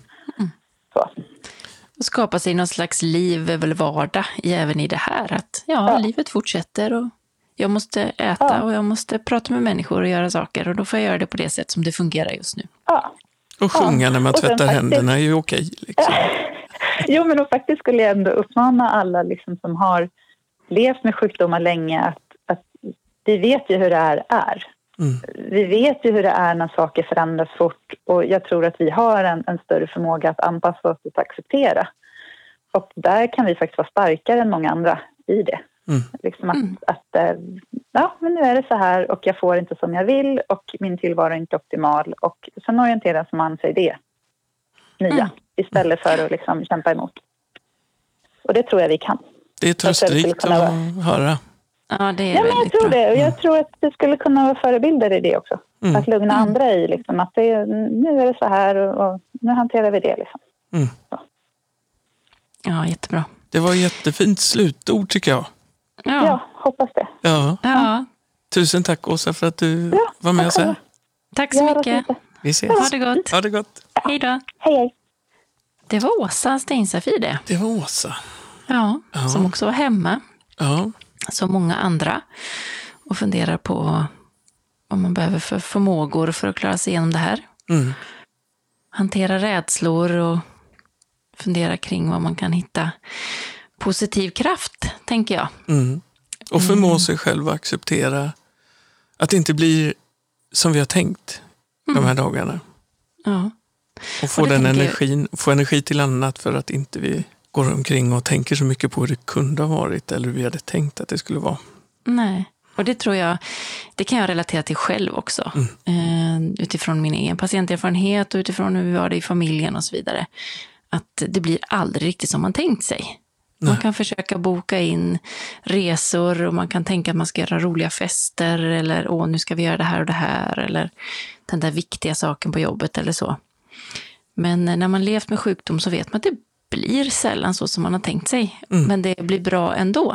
Så. Skapa sig någon slags liv eller vardag även i det här, att livet fortsätter och jag måste äta och jag måste prata med människor och göra saker, och då får jag göra det på det sätt som det fungerar just nu. Ja. Och sjunga när man tvättar händerna är ju okej. Liksom. Jo, men då faktiskt skulle jag ändå uppmana alla liksom, som har levt med sjukdomar länge att vi vet ju hur det här är. Vi vet ju hur det är när saker förändras fort, och jag tror att vi har en större förmåga att anpassa oss och acceptera. Och där kan vi faktiskt vara starkare än många andra i det. Liksom men nu är det så här och jag får inte som jag vill och min tillvaro är inte optimal, och sen orienteras man sig det nya istället för att liksom kämpa emot. Och det tror jag vi kan. Det är tröstrikt att höra. Ja, det är men jag tror det, och jag tror att det skulle kunna vara förebilder i det också. Att lugna andra i liksom, att nu är det så här och nu hanterar vi det liksom. Ja, jättebra. Det var jättefint slutord tycker jag. Ja, hoppas det. Ja. Tusen tack Åsa för att du var med oss här. Tack så mycket. Vi ses. Ha det gott. Ha det gott. Hej då. Hej. Det var Åsa Steinsafir det. Det var Åsa. Ja, som också var hemma. Ja. Som många andra. Och funderar på vad man behöver för förmågor för att klara sig igenom det här. Hantera rädslor och fundera kring vad man kan hitta positiv kraft, tänker jag. Och förmå sig själv att acceptera att det inte blir som vi har tänkt de här dagarna. Ja. Och få den energin, få energi till annat, för att inte vi går omkring och tänker så mycket på hur det kunde ha varit eller hur vi hade tänkt att det skulle vara. Nej, och det tror jag, det kan jag relatera till själv också. Utifrån min egen patienterfarenhet och utifrån hur vi var det i familjen och så vidare. Att det blir aldrig riktigt som man tänkt sig. Man kan försöka boka in resor och man kan tänka att man ska göra roliga fester eller nu ska vi göra det här och det här, eller den där viktiga saken på jobbet eller så. Men när man levt med sjukdom så vet man att det blir sällan så som man har tänkt sig. Men det blir bra ändå.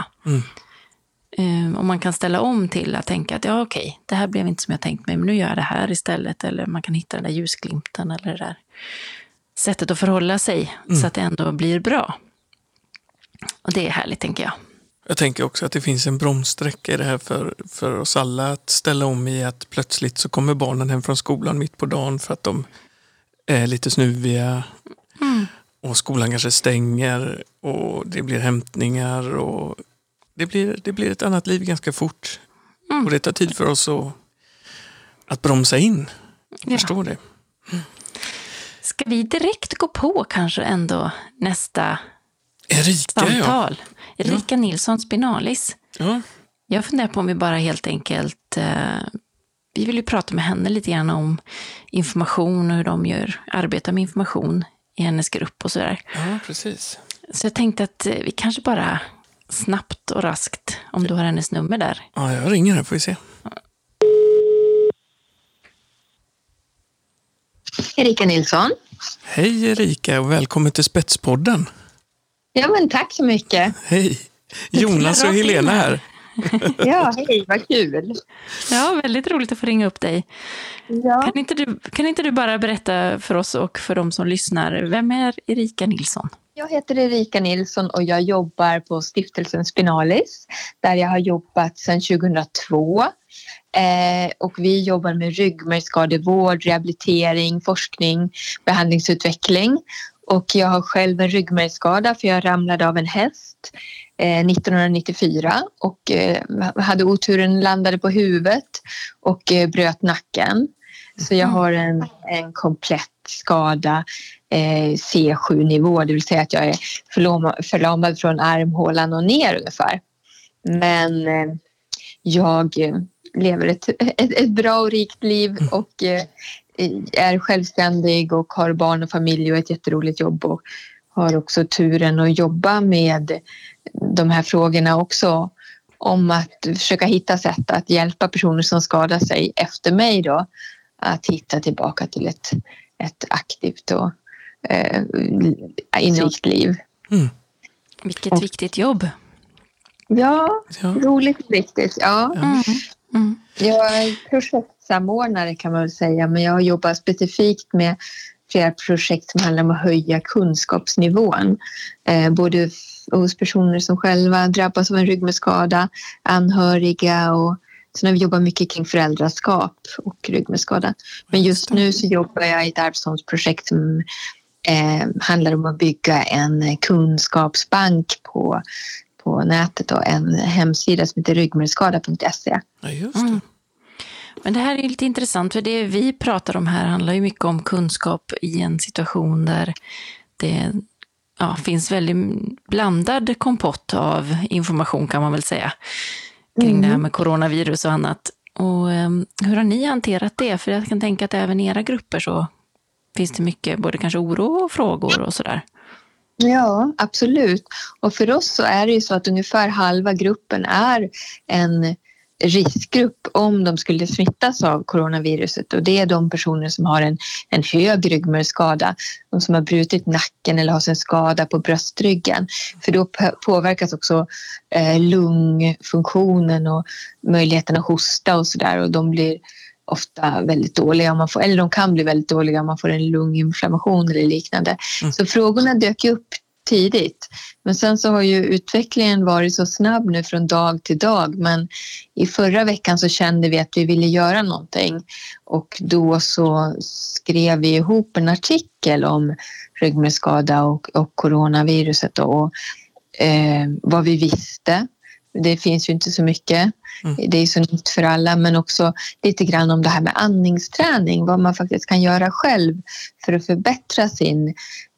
Och man kan ställa om till att tänka att okej, det här blev inte som jag tänkt mig, men nu gör jag det här istället. Eller man kan hitta den där ljusglimten eller det där sättet att förhålla sig så att det ändå blir bra. Och det är härligt, tänker jag. Jag tänker också att det finns en bromssträcka i det här för oss alla att ställa om i att plötsligt så kommer barnen hem från skolan mitt på dagen för att de är lite snuviga och skolan kanske stänger och det blir hämtningar och det blir ett annat liv ganska fort. Och det tar tid för oss att bromsa in. Jag förstår det. Ska vi direkt gå på kanske ändå nästa samtal? Erika Nilsson Spinalis. Ja. Jag funderar på om vi bara helt enkelt vi vill ju prata med henne lite grann om information och hur de arbetar med information i hennes grupp och sådär. Ja, precis. Så jag tänkte att vi kanske bara snabbt och raskt, om du har hennes nummer där. Ja, jag ringer här, får vi se. Erika Nilsson. Hej Erika och välkommen till Spetspodden. Ja, men tack så mycket. Hej. Jonas och Helena här. Ja, hej, vad kul. Ja, väldigt roligt att få ringa upp dig. Ja. Kan inte du bara berätta för oss och för de som lyssnar, vem är Erika Nilsson? Jag heter Erika Nilsson och jag jobbar på stiftelsen Spinalis där jag har jobbat sedan 2002. Och vi jobbar med ryggmärgsskadevård, rehabilitering, forskning, behandlingsutveckling. Och jag har själv en ryggmärgsskada för jag ramlade av en häst 1994 och hade oturen, landade på huvudet och bröt nacken. Så jag har en komplett skada, C7-nivå, det vill säga att jag är förlamad från armhålan och ner ungefär. Men jag lever ett bra och rikt liv och är självständig och har barn och familj och ett jätteroligt jobb och har också turen att jobba med de här frågorna också, om att försöka hitta sätt att hjälpa personer som skadar sig efter mig då att hitta tillbaka till ett aktivt och inrikt liv. Vilket viktigt jobb. Ja, roligt och viktigt. Ja. Jag är projektsamordnare kan man väl säga, men jag jobbar specifikt med flera projekt som handlar om att höja kunskapsnivån. Både hos personer som själva drabbas av en ryggmärgsskada, anhöriga och så när vi jobbar mycket kring föräldraskap och ryggmärgsskada. Men just nu så jobbar jag i ett arbetsprojekt som handlar om att bygga en kunskapsbank på nätet och en hemsida som heter ryggmärgsskada.se. Ja, just det. Men det här är lite intressant, för det vi pratar om här handlar ju mycket om kunskap i en situation där det finns väldigt blandad kompott av information kan man väl säga kring det här med coronavirus och annat. Och hur har ni hanterat det? För jag kan tänka att även i era grupper så finns det mycket både kanske oro och frågor och sådär. Ja, absolut. Och för oss så är det ju så att ungefär halva gruppen är en riskgrupp om de skulle smittas av coronaviruset, och det är de personer som har en hög ryggmärgsskada, de som har brutit nacken eller har en skada på bröstryggen, för då påverkas också lungfunktionen och möjligheten att hosta och sådär, och de blir ofta väldigt dåliga om man får, eller de kan bli väldigt dåliga om man får en lunginflammation eller liknande. Så frågorna dök upp tidigt. Men sen så har ju utvecklingen varit så snabb nu från dag till dag. Men i förra veckan så kände vi att vi ville göra någonting. Och då så skrev vi ihop en artikel om ryggmärgsskada och coronaviruset och vad vi visste. Det finns ju inte så mycket. Det är så nytt för alla, men också lite grann om det här med andningsträning, vad man faktiskt kan göra själv för att förbättra sin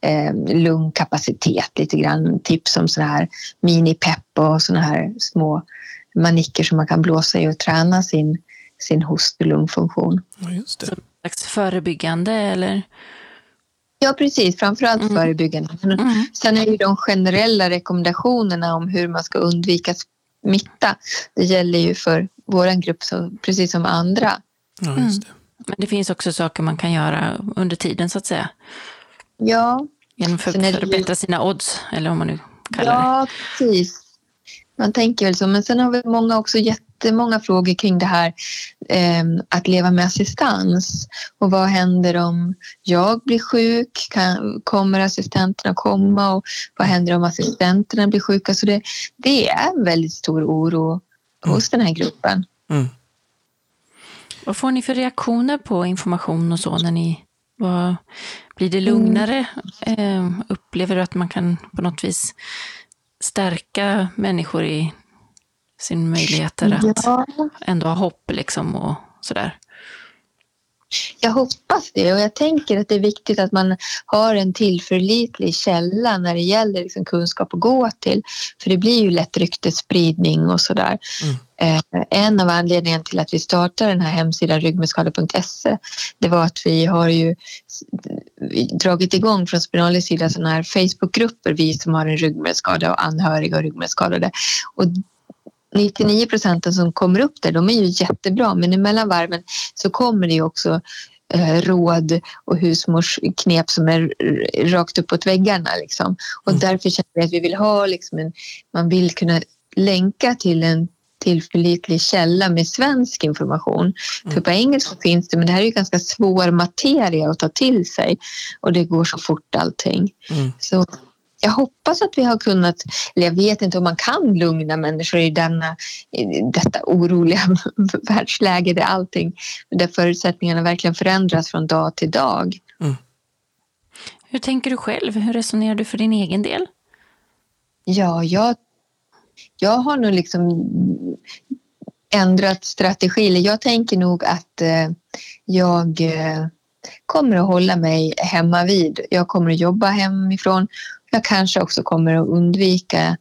lungkapacitet. Lite grann tips om sådana här mini-pepp och sådana här små manicker som man kan blåsa i och träna sin host- och lungfunktion. Ja, just det. Så slags förebyggande eller? Ja, precis. Framförallt förebyggande. Sen är ju de generella rekommendationerna om hur man ska undvika smitta. Det gäller ju för våran grupp så, precis som andra. Ja, just det. Men det finns också saker man kan göra under tiden så att säga. Ja. Genom att förbättra sina odds, eller om man nu kallar det. Ja, precis. Man tänker väl så. Men sen har vi många också jättemånga frågor kring det här att leva med assistans. Och vad händer om jag blir sjuk? Kommer assistenterna komma? Och vad händer om assistenterna blir sjuka? Så det är en väldigt stor oro hos den här gruppen. Vad får ni för reaktioner på information och så när ni blir det lugnare? Upplever du att man kan på något vis stärka människor i sin möjligheter att ändå ha hopp liksom och sådär? Jag hoppas det, och jag tänker att det är viktigt att man har en tillförlitlig källa när det gäller liksom kunskap att gå till. För det blir ju lätt ryktesspridning och sådär. En av anledningarna till att vi startade den här hemsidan ryggmärgsskada.se, det var att vi har ju dragit igång från Spinalis sida sådana här Facebookgrupper, vi som har en ryggmärgsskada och anhöriga och ryggmärgsskadade. Och 99% som kommer upp där, de är ju jättebra, men emellan varven så kommer det ju också råd och husmorsknep som är rakt uppåt väggarna liksom. Och därför känner vi att vi vill ha liksom man vill kunna länka till tillförlitlig källa med svensk information. För på engelska finns det, men det här är ju ganska svår materia att ta till sig. Och det går så fort allting. Så jag hoppas att vi har kunnat, eller jag vet inte om man kan lugna människor i detta oroliga världsläge där förutsättningarna verkligen förändras från dag till dag. Hur tänker du själv? Hur resonerar du för din egen del? Ja, jag har nog liksom ändrat strategi. Jag tänker nog att jag kommer att hålla mig hemma vid. Jag kommer att jobba hemifrån. Jag kanske också kommer att undvika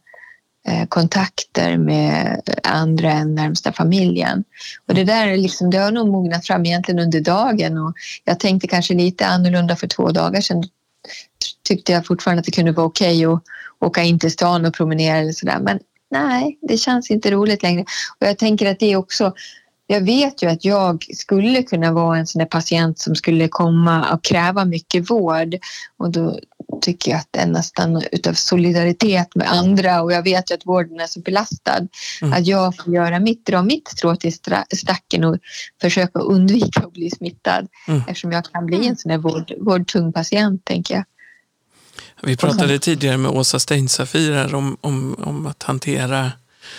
kontakter med andra än närmsta familjen. Och det där är liksom, det har nog mognat fram egentligen under dagen. Och jag tänkte kanske lite annorlunda för 2 dagar sedan. Tyckte jag fortfarande att det kunde vara okej att åka in till stan och promenera eller sådär. Men nej, det känns inte roligt längre. Och jag tänker att det är också, jag vet ju att jag skulle kunna vara en sån där patient som skulle komma och kräva mycket vård. Och då tycker jag att det är nästan utav solidaritet med andra. Och jag vet ju att vården är så belastad. Att jag får dra mitt strå till stacken och försöka undvika att bli smittad. Eftersom jag kan bli en sån där vårdtung patient, tänker jag. Vi pratade tidigare med Åsa Steinsafir här om att hantera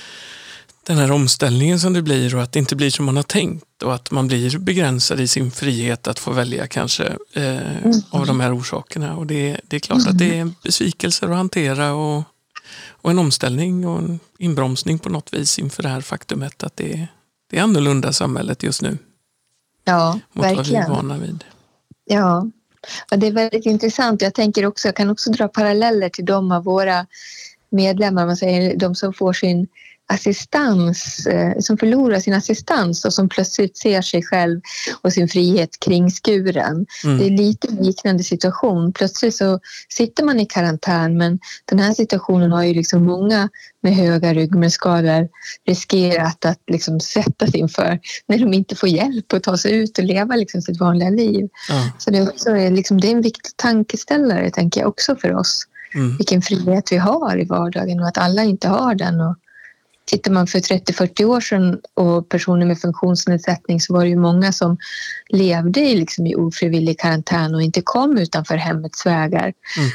den här omställningen som det blir och att det inte blir som man har tänkt och att man blir begränsad i sin frihet att få välja kanske av de här orsakerna. Och det är klart att det är besvikelser att hantera och en omställning och en inbromsning på något vis inför det här faktumet att det är annorlunda samhället just nu. Ja, mot verkligen. vad vi är vana vid. Ja. Och det är väldigt intressant. Jag kan också dra paralleller till de av våra medlemmar, man säger, de som får sin assistans, som förlorar sin assistans och som plötsligt ser sig själv och sin frihet kringskuren. Det är lite liknande situation. Plötsligt så sitter man i karantän, men den här situationen har ju liksom många med höga ryggmärgsskador riskerat att liksom sättas inför när de inte får hjälp att ta sig ut och leva liksom sitt vanliga liv. Så det är också liksom, det är en viktig tankeställare, tänker jag, också för oss. Vilken frihet vi har i vardagen och att alla inte har den. Och tittar man för 30-40 år sedan och personer med funktionsnedsättning, så var det ju många som levde i ofrivillig karantän och inte kom utanför hemmets väggar.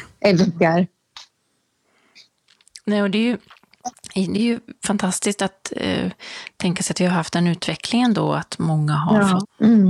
Nej, och det är ju fantastiskt att tänka sig att vi har haft en utveckling då, att många har fått...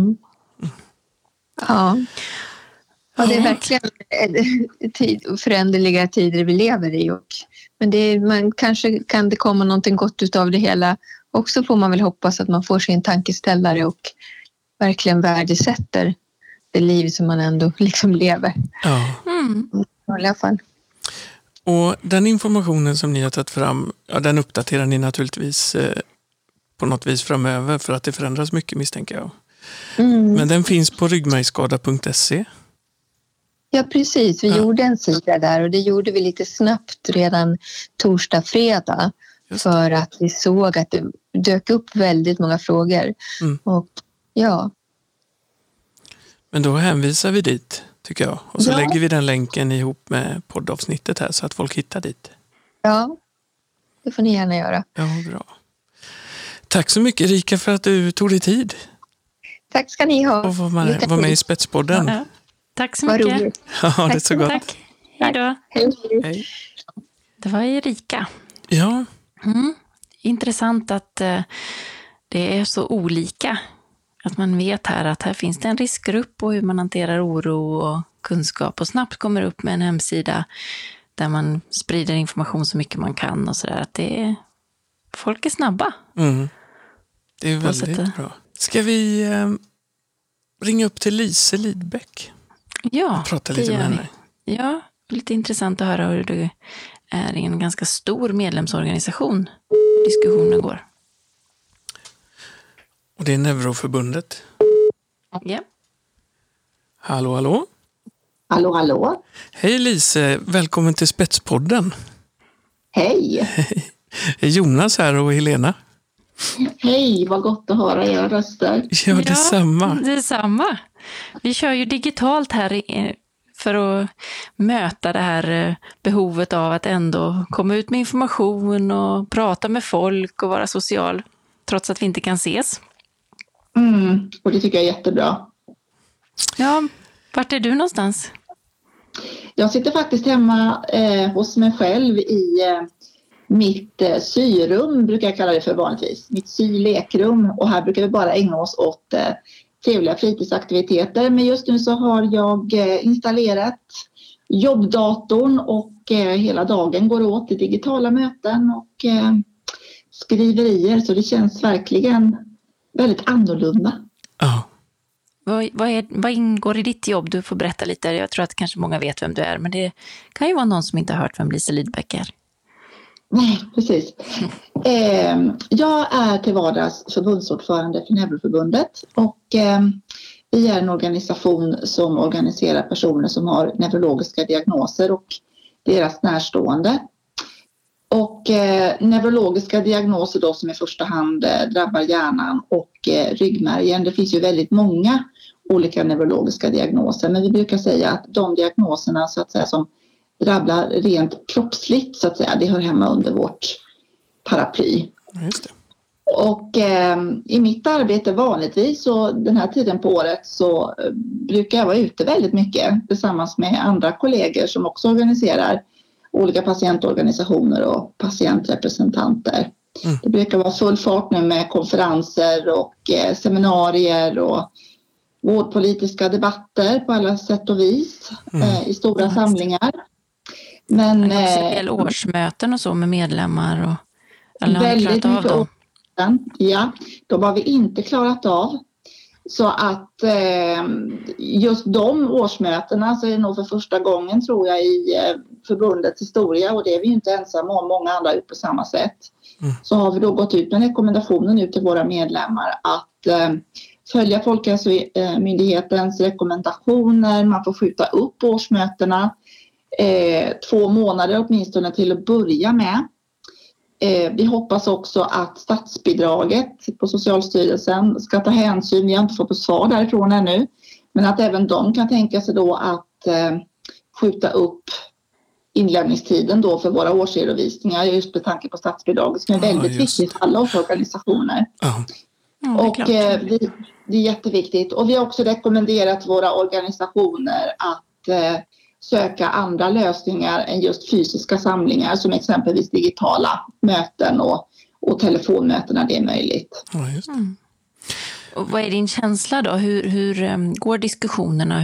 Ja, det är verkligen föränderliga tider vi lever i. Men kanske kan det komma någonting gott utav det hela. Också får man väl hoppas att man får sin tankeställare och verkligen värdesätter det liv som man ändå liksom lever. I alla fall. Och den informationen som ni har tagit fram, den uppdaterar ni naturligtvis på något vis framöver för att det förändras mycket, misstänker jag. Men den finns på ryggmärgsskada.se. Ja, precis. Vi gjorde en sida där och det gjorde vi lite snabbt redan torsdag, fredag. För att vi såg att det dök upp väldigt många frågor. Och ja. Men då hänvisar vi dit, tycker jag. Och så lägger vi den länken ihop med poddavsnittet här så att folk hittar dit. Ja, det får ni gärna göra. Ja, bra. Tack så mycket, Erika, för att du tog dig tid. Tack ska ni ha. Och var med i Spetspodden. Ja. Tack så mycket. Roligt. Ja, det är så gott. Tack. Hej då. Hej. Det var Erika. Ja. Intressant att det är så olika. Att man vet att här finns det en riskgrupp och hur man hanterar oro och kunskap och snabbt kommer upp med en hemsida där man sprider information så mycket man kan och sådär. Att folk är snabba. Det är väldigt bra. Ska vi ringa upp till Lise Lidbeck? Ja, prata lite med henne. Ja, lite intressant att höra hur du är i en ganska stor medlemsorganisation. Diskussionen går. Och det är Neuroförbundet. Ja. Hallå, hallå. Hallå, hallå. Hej Lise, välkommen till Spetspodden. Hej. Jonas här och Helena. Hej, vad gott att höra era röster. Ja, detsamma. Detsamma. Vi kör ju digitalt här för att möta det här behovet av att ändå komma ut med information och prata med folk och vara social. trots att vi inte kan ses. Och det tycker jag är jättebra. Ja, vart är du någonstans? Jag sitter faktiskt hemma hos mig själv i mitt syrum, brukar jag kalla det för vanligtvis. Mitt sy-lekrum, och här brukar vi bara ägna oss åt trevliga fritidsaktiviteter. Men just nu så har jag installerat jobbdatorn och hela dagen går åt i digitala möten och skriverier. Så det känns verkligen väldigt annorlunda. Ja. Vad ingår i ditt jobb? Du får berätta lite. Jag tror att kanske många vet vem du är, men det kan ju vara någon som inte har hört vem Lisa Lidbeck är. Nej, precis. Jag är till vardags förbundsordförande för Neuroförbundet och vi är en organisation som organiserar personer som har neurologiska diagnoser och deras närstående. Och neurologiska diagnoser då som i första hand drabbar hjärnan och ryggmärgen. Det finns ju väldigt många olika neurologiska diagnoser, men vi brukar säga att de diagnoserna så att säga som drabbar rent kroppsligt så att säga, det hör hemma under vårt paraply. Just det. Och i mitt arbete vanligtvis så den här tiden på året så brukar jag vara ute väldigt mycket tillsammans med andra kollegor som också organiserar olika patientorganisationer och patientrepresentanter. Det brukar vara full fart nu med konferenser och seminarier och vårdpolitiska debatter på alla sätt och vis i stora samlingar. Men också en del årsmöten och så med medlemmar och eller har ni väldigt klarat av dem? Ja, de har vi inte klarat av. Så att just de årsmötena så är det nog för första gången tror jag i förbundets historia, och det är vi ju inte ensamma om, många andra ut på samma sätt. Så har vi då gått ut med rekommendationen ut till våra medlemmar att följa Folkhälsomyndighetens rekommendationer. Man får skjuta upp årsmötena 2 månader åtminstone till att börja med. Vi hoppas också att statsbidraget på Socialstyrelsen ska ta hänsyn, vi har inte fått ett svar därifrån ännu, men att även de kan tänka sig då att skjuta upp inlämningstiden då för våra årsredovisningar just med tanke på statsbidraget som är väldigt viktigt för alla organisationer. Och det är jätteviktigt. Och vi har också rekommenderat våra organisationer att söka andra lösningar än just fysiska samlingar som exempelvis digitala möten och telefonmöten när det är möjligt. Ja, just det. Och vad är din känsla då? Hur går diskussionerna?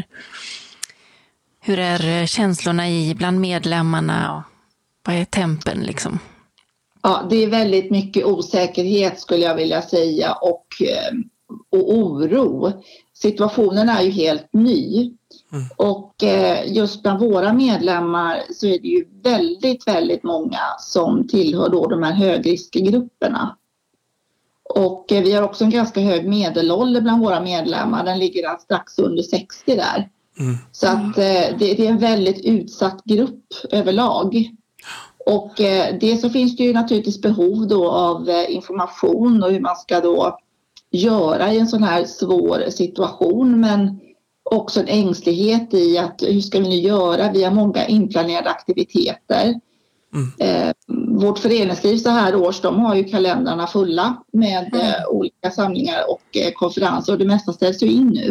Hur är känslorna bland medlemmarna? Och vad är tempen liksom? Ja, det är väldigt mycket osäkerhet skulle jag vilja säga och oro. Situationen är ju helt ny. Och just bland våra medlemmar så är det ju väldigt, väldigt många som tillhör då de här högriskgrupperna. Och vi har också en ganska hög medelålder bland våra medlemmar. Den ligger strax under 60 där. Så att det är en väldigt utsatt grupp överlag. Och det så finns det ju naturligtvis behov då av information och hur man ska då göra i en sån här svår situation, men också en ängslighet i att hur ska vi nu göra? Vi har många inplanerade aktiviteter. Vårt föreningsliv så här års, de har ju kalendrarna fulla med olika samlingar och konferenser och det mesta ställs ju in nu.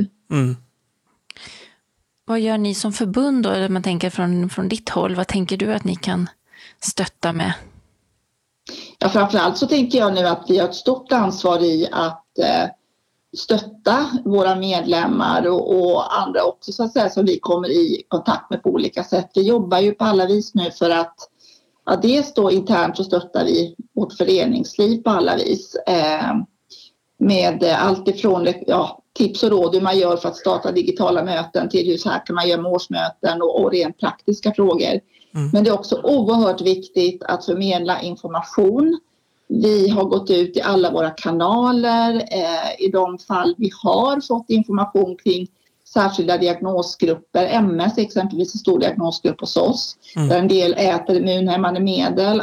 Vad gör ni som förbund då? Eller man tänker från ditt håll, vad tänker du att ni kan stötta med? Ja, framförallt så tänker jag nu att vi har ett stort ansvar i att stötta våra medlemmar och andra också så att säga som vi kommer i kontakt med på olika sätt. Vi jobbar ju på alla vis nu för att dels då internt så stöttar vi vårt föreningsliv på alla vis med allt ifrån tips och råd hur man gör för att starta digitala möten till hur så här kan man göra med årsmöten och rent praktiska frågor. Men det är också oerhört viktigt att förmedla information. Vi har gått ut i alla våra kanaler i de fall vi har fått information kring särskilda diagnosgrupper. MS är exempelvis en stor diagnosgrupp hos oss. Där en del äter immunhämmande medel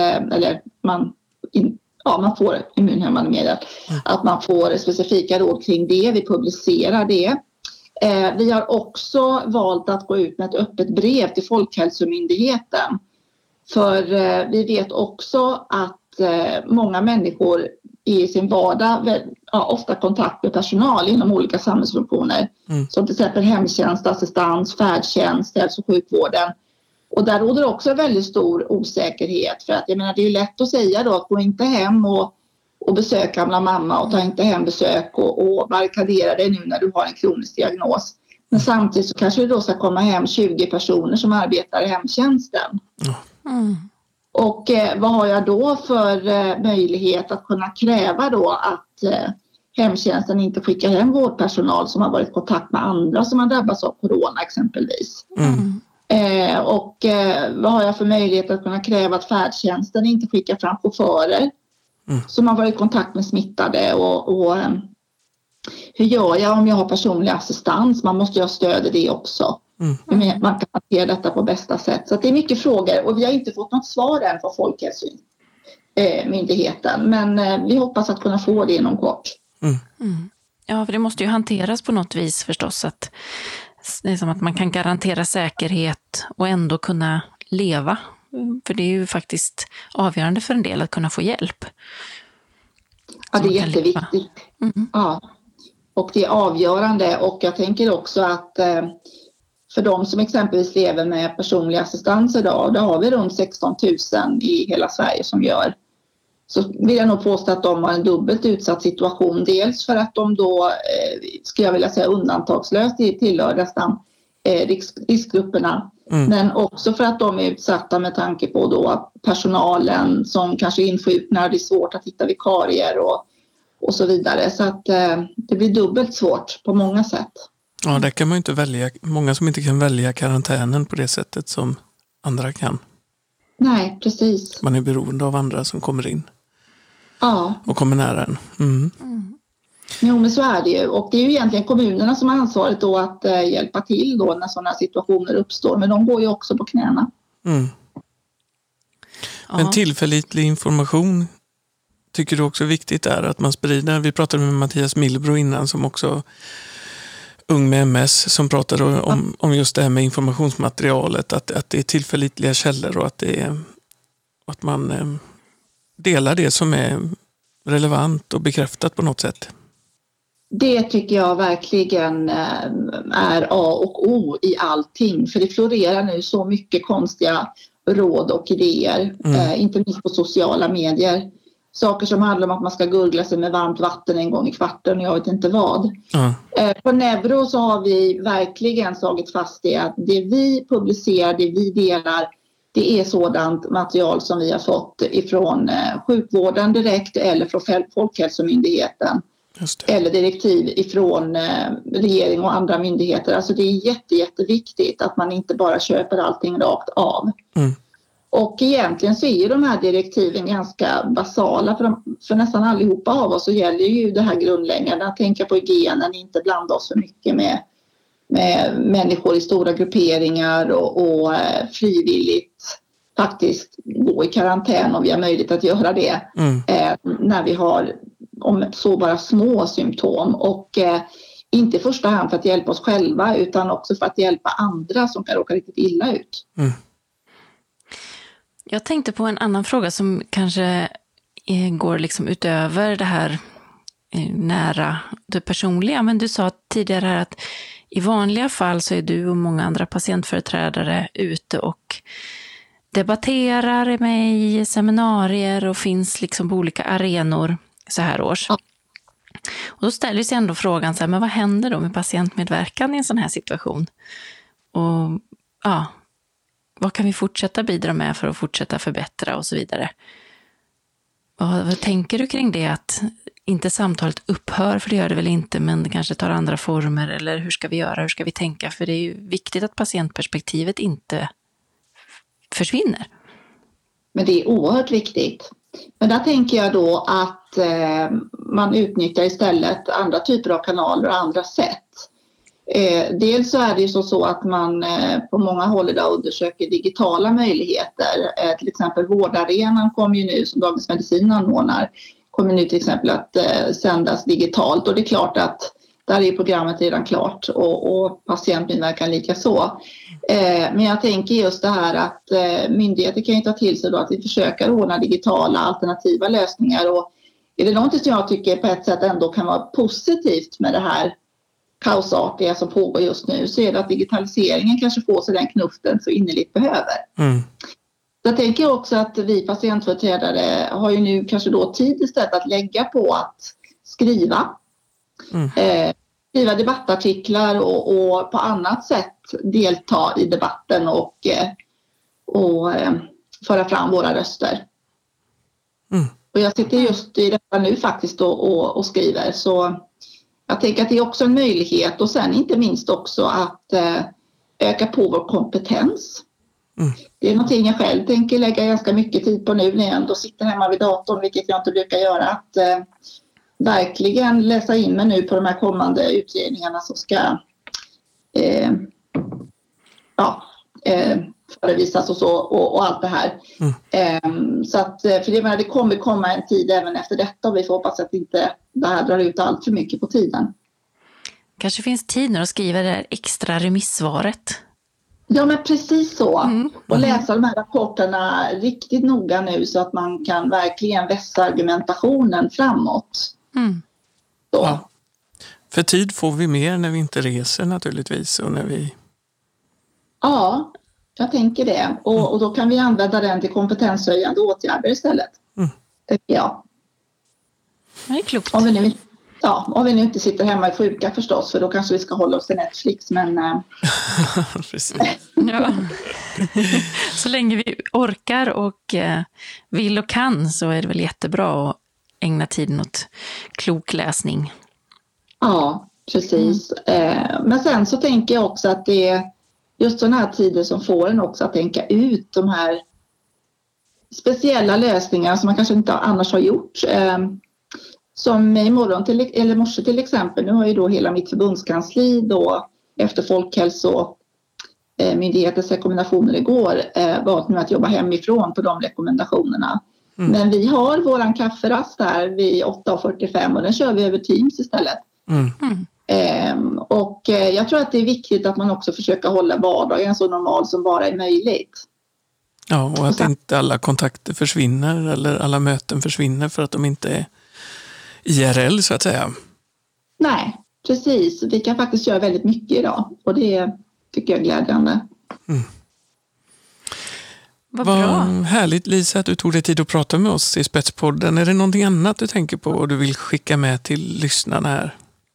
man får immunhämmande medel. Att man får specifika råd kring det. Vi publicerar det. Vi har också valt att gå ut med ett öppet brev till Folkhälsomyndigheten. För vi vet också att många människor i sin vardag ofta kontakt med personal inom olika samhällsfunktioner. Som till exempel hemtjänst, assistans, färdtjänst, hälso- och sjukvården. Och där råder också väldigt stor osäkerhet. För att jag menar, det är ju lätt att säga då att gå inte hem och besök gamla mamma och ta inte hem besök och barrikadera dig nu när du har en kronisk diagnos. Men samtidigt så kanske det då ska komma hem 20 personer som arbetar i hemtjänsten. Och vad har jag då för möjlighet att kunna kräva då att hemtjänsten inte skickar hem vårdpersonal som har varit i kontakt med andra som har drabbats av corona exempelvis. Och vad har jag för möjlighet att kunna kräva att färdtjänsten inte skickar fram chaufförer som har varit i kontakt med smittade och hur gör jag om jag har personlig assistans? Man måste ju ha stöd i det också. Man kan hantera detta på bästa sätt. Så att det är mycket frågor och vi har inte fått något svar än från Folkhälsomyndigheten. Men vi hoppas att kunna få det inom kort. Ja, för det måste ju hanteras på något vis förstås. Att det är som att man kan garantera säkerhet och ändå kunna leva. För det är ju faktiskt avgörande för en del att kunna få hjälp. Ja, det är jätteviktigt. Ja. Och det är avgörande och jag tänker också att för de som exempelvis lever med personlig assistans idag, då har vi runt 16 000 i hela Sverige som gör. Så vill jag nog påstå att de har en dubbelt utsatt situation. Dels för att de då, skulle jag vilja säga undantagslöst, tillhör nästan riskgrupperna. Men också för att de är utsatta med tanke på då personalen som kanske insjuknar, det är svårt att hitta vikarier och så vidare. Så att det blir dubbelt svårt på många sätt. Ja, där kan man ju inte välja, många som inte kan välja karantänen på det sättet som andra kan. Nej, precis. Man är beroende av andra som kommer in. Ja. Och kommer nära en. Jo, men så är det ju. Och det är ju egentligen kommunerna som har ansvaret då att hjälpa till då när sådana situationer uppstår. Men de går ju också på knäna. Men tillförlitlig information tycker du också är viktigt är att man sprider. Vi pratade med Mattias Milbro innan som också ung med MS som pratade om just det här med informationsmaterialet. Att det är tillförlitliga källor och att man delar det som är relevant och bekräftat på något sätt. Det tycker jag verkligen är A och O i allting. För det florerar nu så mycket konstiga råd och idéer. Inte minst på sociala medier. Saker som handlar om att man ska gurgla sig med varmt vatten en gång i kvarten och jag vet inte vad. På Neuro så har vi verkligen slagit fast det att det vi publicerar, det vi delar, det är sådant material som vi har fått ifrån sjukvården direkt eller från Folkhälsomyndigheten. Eller direktiv ifrån regering och andra myndigheter. Alltså det är jätteviktigt att man inte bara köper allting rakt av. Och egentligen så är ju de här direktiven ganska basala för nästan allihopa av oss så gäller ju det här grundläggande att tänka på hygienen, inte blanda oss för mycket med människor i stora grupperingar och frivilligt faktiskt gå i karantän om vi har möjlighet att göra det när vi har om så bara små symptom och inte i första hand för att hjälpa oss själva utan också för att hjälpa andra som kan råka riktigt illa ut. Jag tänkte på en annan fråga som kanske går liksom utöver det här nära det personliga. Men du sa tidigare här att i vanliga fall så är du och många andra patientföreträdare ute och debatterar med i seminarier och finns liksom på olika arenor så här års. Och då ställer sig ändå frågan så här, men vad händer då med patientmedverkan i en sån här situation? Och ja, vad kan vi fortsätta bidra med för att fortsätta förbättra och så vidare? Vad tänker du kring det att inte samtalet upphör, för det gör det väl inte, men det kanske tar andra former, eller hur ska vi göra, hur ska vi tänka? För det är ju viktigt att patientperspektivet inte försvinner. Men det är oerhört viktigt. Men där tänker jag då att man utnyttjar istället andra typer av kanaler och andra sätt. Dels så är det ju så att man på många håll idag undersöker digitala möjligheter. Till exempel vårdarenan kommer ju nu, som Dagens Medicin anordnar, kommer nu till exempel att sändas digitalt. Och det är klart att Där är programmet redan klart och patientmedverkan lika så. Men jag tänker just det här att myndigheter kan ju ta till sig då att vi försöker ordna digitala alternativa lösningar. Och är det någonting som jag tycker på ett sätt ändå kan vara positivt med det här kaosartiga som pågår just nu, så är det att digitaliseringen kanske får sig den knuften så innerligt behöver. Jag tänker också att vi patientföreträdare har ju nu kanske då tid istället att lägga på att skriva. Skriva debattartiklar och på annat sätt delta i debatten och föra fram våra röster. Och jag sitter just i detta nu faktiskt och skriver, så jag tänker att det är också en möjlighet, och sen inte minst också att öka på vår kompetens. Det är någonting jag själv tänker lägga ganska mycket tid på nu när jag ändå sitter hemma vid datorn, vilket jag inte brukar göra, att verkligen läsa in mig nu på de här kommande utredningarna som ska förevisas och så och allt det här. Så att, för det kommer komma en tid även efter detta, och vi får hoppas att inte det här drar ut allt för mycket på tiden. Kanske finns tid när att skriva det där extra remissvaret. Ja, men precis så. Och läsa de här rapporterna riktigt noga nu så att man kan verkligen vässa argumentationen framåt. Ja. För tid får vi mer när vi inte reser naturligtvis. Och när vi... Ja, jag tänker det. Och då kan vi använda den till kompetenshöjande åtgärder istället. Ja. Det är klokt. Om vi nu inte sitter hemma i sjuka förstås, för då kanske vi ska hålla oss till Netflix. Men... Precis. Ja. Så länge vi orkar och vill och kan, så är det väl jättebra att ägna tiden åt klok läsning. Ja, precis. Men sen så tänker jag också att det är just sådana här tider som får en också att tänka ut de här speciella lösningar som man kanske inte annars har gjort. Som i morse till exempel, nu har ju då hela mitt förbundskansli då efter Folkhälsomyndighetens rekommendationer igår valt nu att jobba hemifrån på de rekommendationerna. Men vi har våran kafferast där vid 8:45 och den kör vi över Teams istället. Och jag tror att det är viktigt att man också försöker hålla vardagen så normal som bara är möjligt. Ja, och att inte alla kontakter försvinner eller alla möten försvinner för att de inte är IRL så att säga. Nej, precis. Vi kan faktiskt göra väldigt mycket idag och det tycker jag är glädjande. Vad bra. Härligt Lisa att du tog dig tid att prata med oss i Spetspodden. Är det någonting annat du tänker på och du vill skicka med till lyssnarna här?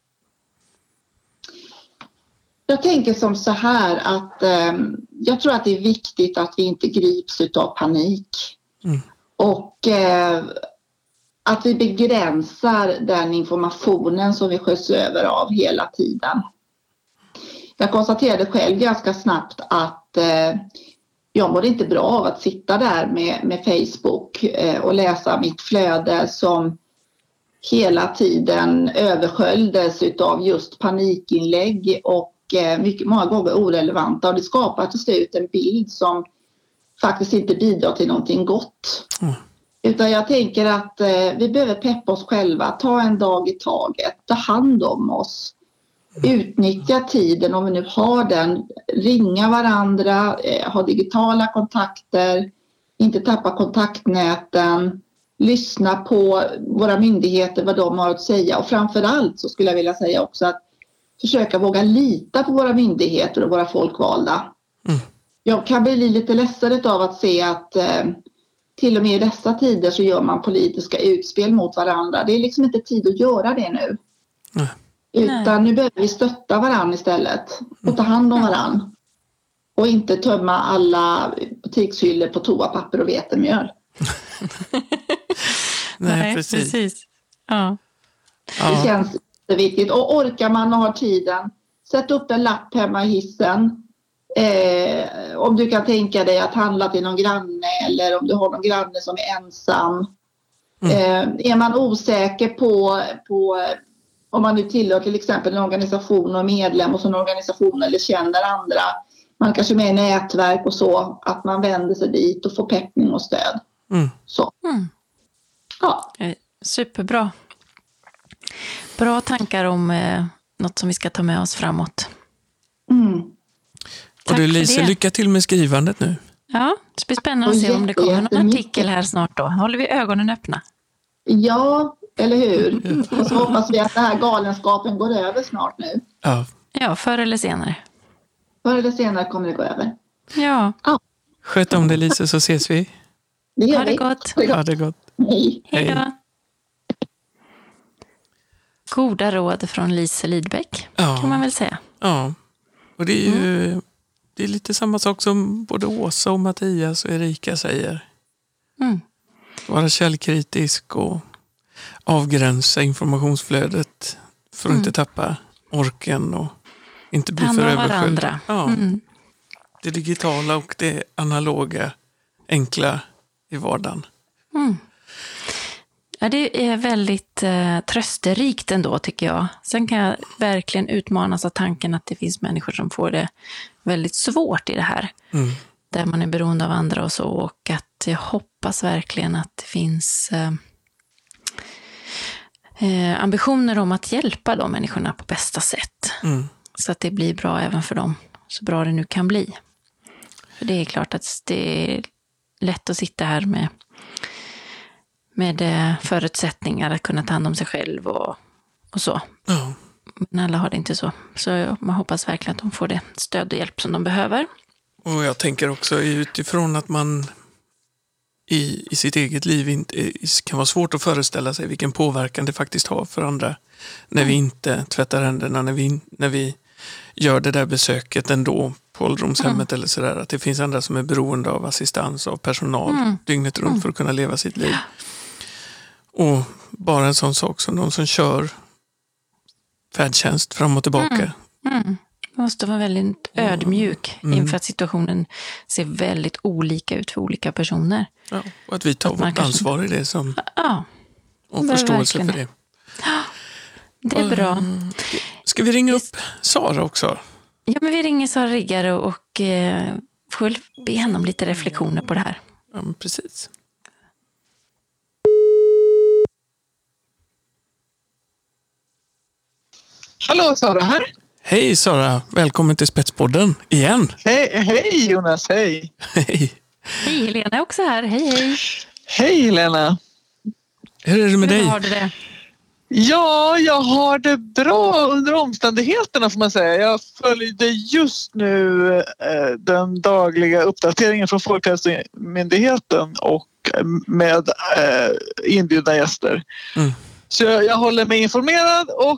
Jag tänker som så här att jag tror att det är viktigt att vi inte grips av panik. Och att vi begränsar den informationen som vi sköts över av hela tiden. Jag konstaterade själv ganska snabbt att jag mådde inte bra av att sitta där med Facebook och läsa mitt flöde som hela tiden översköljdes av just panikinlägg och många gånger orelevanta, och det skapar till slut en bild som faktiskt inte bidrar till någonting gott. Utan jag tänker att vi behöver peppa oss själva, ta en dag i taget, ta hand om oss, utnyttja tiden om vi nu har den, ringa varandra, ha digitala kontakter, inte tappa kontaktnäten, lyssna på våra myndigheter, vad de har att säga, och framförallt så skulle jag vilja säga också att försöka våga lita på våra myndigheter och våra folkvalda. Jag kan bli lite ledsen av att se att till och med i dessa tider så gör man politiska utspel mot varandra. Det är liksom inte tid att göra det nu. Utan nu behöver vi stötta varandra istället och ta hand om varandra. Och inte tömma alla butikshyllor på toapapper och vetemjöl. Nej, precis. Ja. Det känns viktigt. Och orkar man och har tiden, sätt upp en lapp hemma i hissen. Om du kan tänka dig att handla till någon granne, eller om du har någon granne som är ensam. Är man osäker på om man nu tillhör till exempel en organisation och medlem och så en organisation eller känner andra, man kanske är med i nätverk och så, att man vänder sig dit och får peppning och stöd. Så. Ja. Superbra. Bra tankar om något som vi ska ta med oss framåt. Och du Lise, lycka till med skrivandet nu. Ja, det blir spännande att se om det kommer någon artikel här snart då. Håller vi ögonen öppna? Ja, eller hur? Och så hoppas vi att den här galenskapen går över snart nu. Ja, förr eller senare. Förr eller senare kommer det gå över. Ja. Sköt om det Lise, så ses vi. Det gör Ha det vi. gott. Ha det gott. Hej. Hej då. Goda råd från Lise Lidbeck, kan man väl säga. Ja, och det är ju det är lite samma sak som både Åsa och Mattias och Erika säger. Vara källkritisk och avgränsa informationsflödet för att inte tappa orken och inte bli för översköljd. Ja. Det digitala och det analoga, enkla i vardagen. Ja, det är väldigt trösterikt ändå, tycker jag. Sen kan jag verkligen utmanas av tanken att det finns människor som får det väldigt svårt i det här. Där man är beroende av andra och så. Och att jag hoppas verkligen att det finns ambitioner om att hjälpa de människorna på bästa sätt. Så att det blir bra även för dem. Så bra det nu kan bli. För det är klart att det är lätt att sitta här med förutsättningar att kunna ta hand om sig själv och så. Ja. Men alla har det inte så. Så man hoppas verkligen att de får det stöd och hjälp som de behöver. Och jag tänker också utifrån att man i sitt eget liv inte, kan vara svårt att föreställa sig vilken påverkan det faktiskt har för andra när vi inte tvättar händerna, när vi gör det där besöket ändå på ålderdomshemmet eller sådär, att det finns andra som är beroende av assistans av personal dygnet runt för att kunna leva sitt liv. Och bara en sån sak som de som kör färdtjänst fram och tillbaka. Man måste vara väldigt ödmjuk inför att situationen ser väldigt olika ut för olika personer. Ja, och att vi tar vårt ansvar i det som och förståelse för det. Ja, det är bra. Ska vi ringa upp Sara också? Ja, men vi ringer Sara Riggare och får be henne om lite reflektioner på det här. Ja, men precis. Hallå, Sara här. Hej Sara, välkommen till Spetspodden igen. Hej Jonas, hej. Hej. Hej, Helena är också här. Hej. Hej Helena. Hur är det med dig? Hur har du det? Ja, jag har det bra under omständigheterna får man säga. Jag följde just nu den dagliga uppdateringen från Folkhälsomyndigheten och med inbjudna gäster. Så jag håller mig informerad och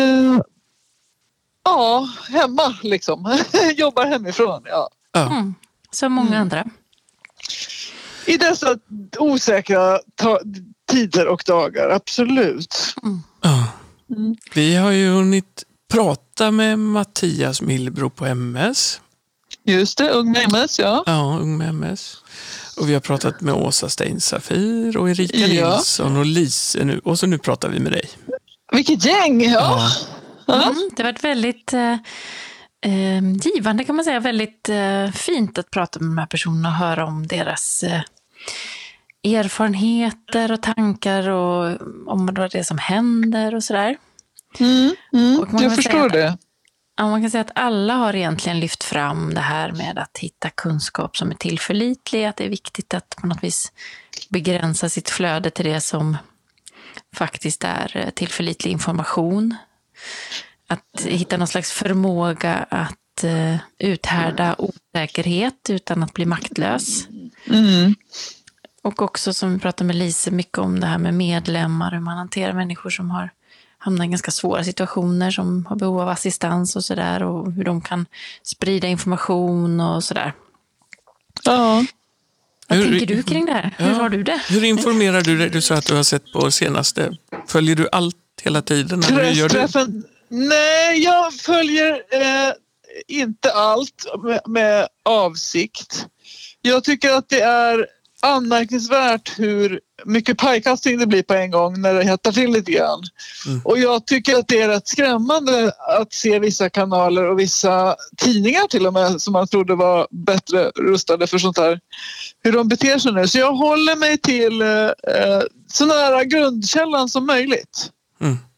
hemma liksom. Jobbar hemifrån, ja. Som många andra. I dessa osäkra tider och dagar, absolut. Vi har ju hunnit prata med Mattias Milbro på MS. Just det, Ung med MS, ja. Ja, Ung med MS. Och vi har pratat med Åsa Stein-Safir och Erika Nilsson och Lise nu. Och så nu pratar vi med dig. Vilket gäng, ja. Det har varit väldigt givande kan man säga. Väldigt fint att prata med de här personerna och höra om deras erfarenheter och tankar och om vad det är som händer och sådär. Jag förstår det. Ja, man kan säga att alla har egentligen lyft fram det här med att hitta kunskap som är tillförlitlig, att det är viktigt att på något vis begränsa sitt flöde till det som faktiskt är tillförlitlig information. Att hitta någon slags förmåga att uthärda osäkerhet utan att bli maktlös. Och också som vi pratade med Lise mycket om det här med medlemmar, hur man hanterar människor som har hamnat i ganska svåra situationer, som har behov av assistans och sådär, och hur de kan sprida information och sådär. Ja. Vad tänker du kring det här? Hur har du det? Hur informerar du dig? Du sa att du har sett på senaste. Följer du allt hela tiden? Nej, jag följer inte allt med avsikt. Jag tycker att det är anmärkningsvärt hur mycket pajkastning det blir på en gång när det hettar till lite grann. Och jag tycker att det är rätt skrämmande att se vissa kanaler och vissa tidningar till och med som man trodde var bättre rustade för sånt här. Hur de beter sig nu. Så jag håller mig till så nära grundkällan som möjligt.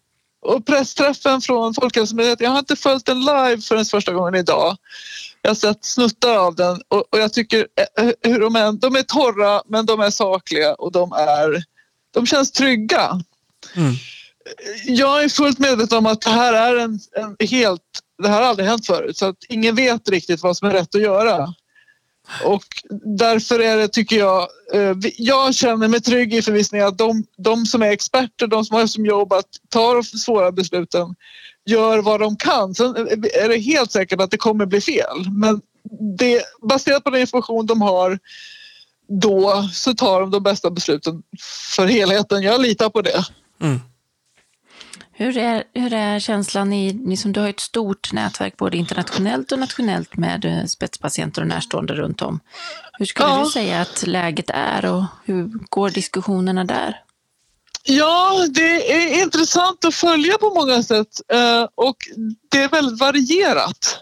och pressträffen från Folkhälsomyndigheten, jag har inte följt den live förrän första gången idag. Jag har sett snuttar av den och jag tycker hur de är torra men de är sakliga och de känns trygga. Mm. Jag är fullt medveten om att det här är det här har aldrig hänt förut så att ingen vet riktigt vad som är rätt att göra. Och därför är det, tycker jag känner mig trygg i förvissningen att de som är experter, de som har som jobb att ta de svåra besluten gör vad de kan. Sen är det helt säkert att det kommer bli fel. Men baserat på den information de har då så tar de bästa besluten för helheten. Jag litar på det. Mm. Hur är känslan liksom, du har ett stort nätverk både internationellt och nationellt med spetspatienter och närstående runt om. Hur skulle du säga att läget är och hur går diskussionerna där? Ja, det är intressant att följa på många sätt och det är väldigt varierat.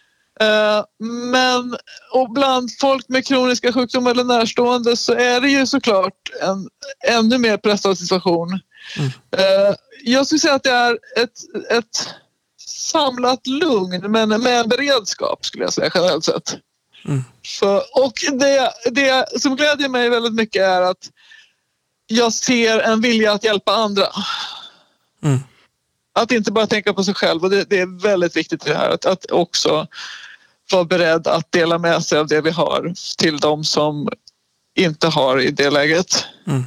Men och bland folk med kroniska sjukdomar eller närstående så är det ju såklart en ännu mer pressad situation. Mm. Jag skulle säga att det är ett samlat lugn men med en beredskap skulle jag säga generellt sett. Mm. Och det som glädjer mig väldigt mycket är att jag ser en vilja att hjälpa andra. Mm. Att inte bara tänka på sig själv och det är väldigt viktigt i det här att också vara beredd att dela med sig av det vi har till de som inte har i det läget. Mm.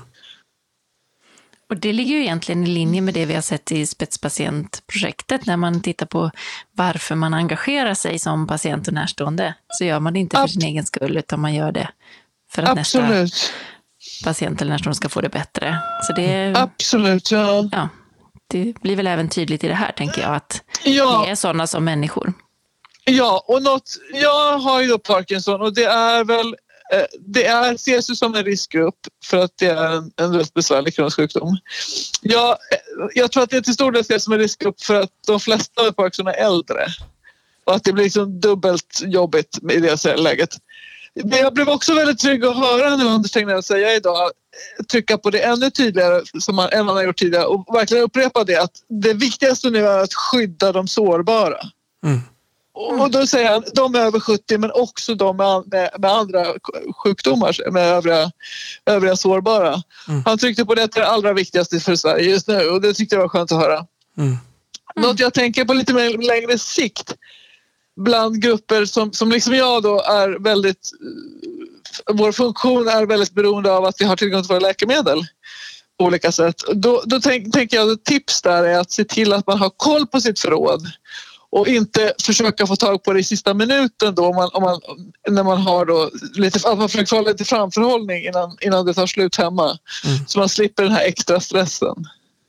Och det ligger ju egentligen i linje med det vi har sett i spetspatientprojektet när man tittar på varför man engagerar sig som patient och närstående. Så gör man det inte för sin egen skull utan man gör det för att nästa patient eller närstående ska få det bättre. Så det, absolut, ja. Det blir väl även tydligt i det här tänker jag att vi är sådana som människor. Ja, och jag har ju då Parkinson och det ses ju som en riskgrupp för att det är en rätt besvärlig kronisk sjukdom. Jag tror att det till stor del ses som en riskgrupp för att de flesta med Parkinson är äldre. Och att det blir liksom dubbelt jobbigt i det läget. Jag blev också väldigt trygg att höra nu undertecknaren säga idag, trycka på det ännu tydligare som man har gjort tidigare och verkligen upprepa det att det viktigaste nu är att skydda de sårbara. Mm. Och då säger han, de är över 70 men också de med andra sjukdomar, med övriga sårbara. Mm. Han tryckte på det allra viktigaste för Sverige just nu och det tyckte jag var skönt att höra. Mm. Något jag tänker på lite mer längre sikt bland grupper som liksom jag då är väldigt, vår funktion är väldigt beroende av att vi har tillgång till våra läkemedel på olika sätt. Då tänker jag att tips där är att se till att man har koll på sitt förråd. Och inte försöka få tag på det i sista minuten då när man har då att man försöker ha lite framförhållning innan det tar slut hemma. Mm. Så man slipper den här extra stressen.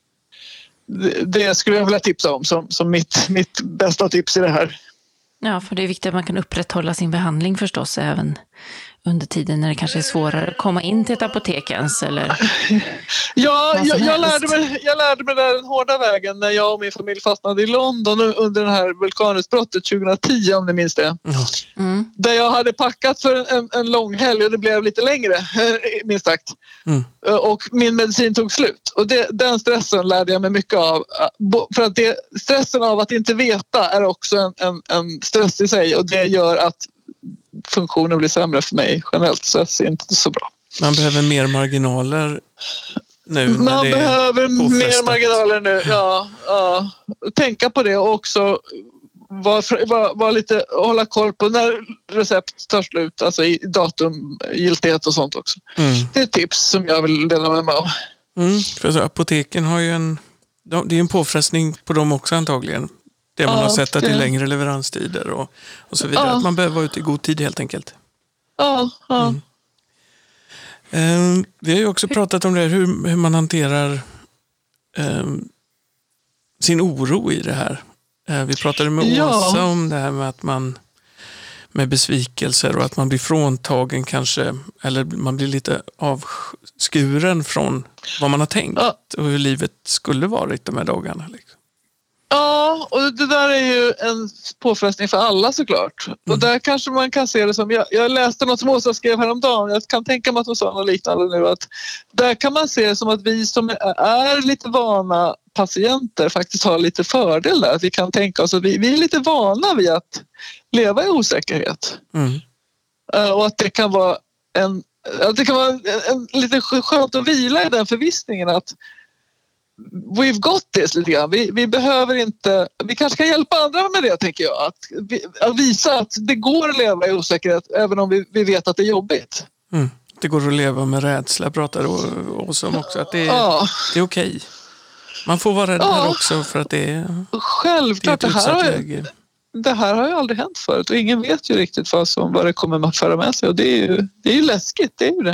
Det skulle jag vilja tipsa om som mitt bästa tips i det här. Ja, för det är viktigt att man kan upprätthålla sin behandling förstås även under tiden när det kanske är svårare att komma in till ett apotek ens eller... Ja, jag lärde mig där den hårda vägen när jag och min familj fastnade i London under den här vulkanutbrottet 2010 om ni minns det. Mm. Där jag hade packat för en lång helg och det blev lite längre minst sagt. Mm. Och min medicin tog slut. Och den stressen lärde jag mig mycket av. För att stressen av att inte veta är också en stress i sig och det gör att funktionen blir sämre för mig generellt så det är inte så bra. Man behöver mer marginaler nu. Man behöver mer marginaler nu, ja. Tänka på det och också var lite, hålla koll på när recept tar slut, alltså i datumgiltighet och sånt också. Mm. Det är ett tips som jag vill dela med mig av. Mm, för så apoteken har ju det är en påfrestning på dem också antagligen. Det man har sett att det är längre leveranstider och så vidare. Att man behöver vara ute i god tid helt enkelt. Vi har ju också pratat om det hur man hanterar sin oro i det här. Vi pratade med Åsa om det här med att man med besvikelser och att man blir fråntagen kanske, eller man blir lite avskuren från vad man har tänkt och hur livet skulle varit de här dagarna liksom. Ja, och det där är ju en påfrestning för alla såklart. Och där kanske man kan se det som, jag läste något som Åsa skrev häromdagen, jag kan tänka mig att hon sa något liknande nu, att där kan man se det som att vi som är lite vana patienter faktiskt har lite fördel där. Att vi kan tänka oss att vi är lite vana vid att leva i osäkerhet. Och att det kan vara en lite skönt att vila i den förvissningen att we've got this lite grann. Vi behöver inte, vi kanske kan hjälpa andra med det, tänker jag. Att visa att det går att leva i osäkerhet även om vi vet att det är jobbigt. Det går att leva med rädsla, pratar också om också. Att det är okej. Man får vara rädd här också för att det är... Självklart, det här har ju aldrig hänt förut och ingen vet ju riktigt vad det kommer att föra med sig. Och det är ju läskigt, det är ju det.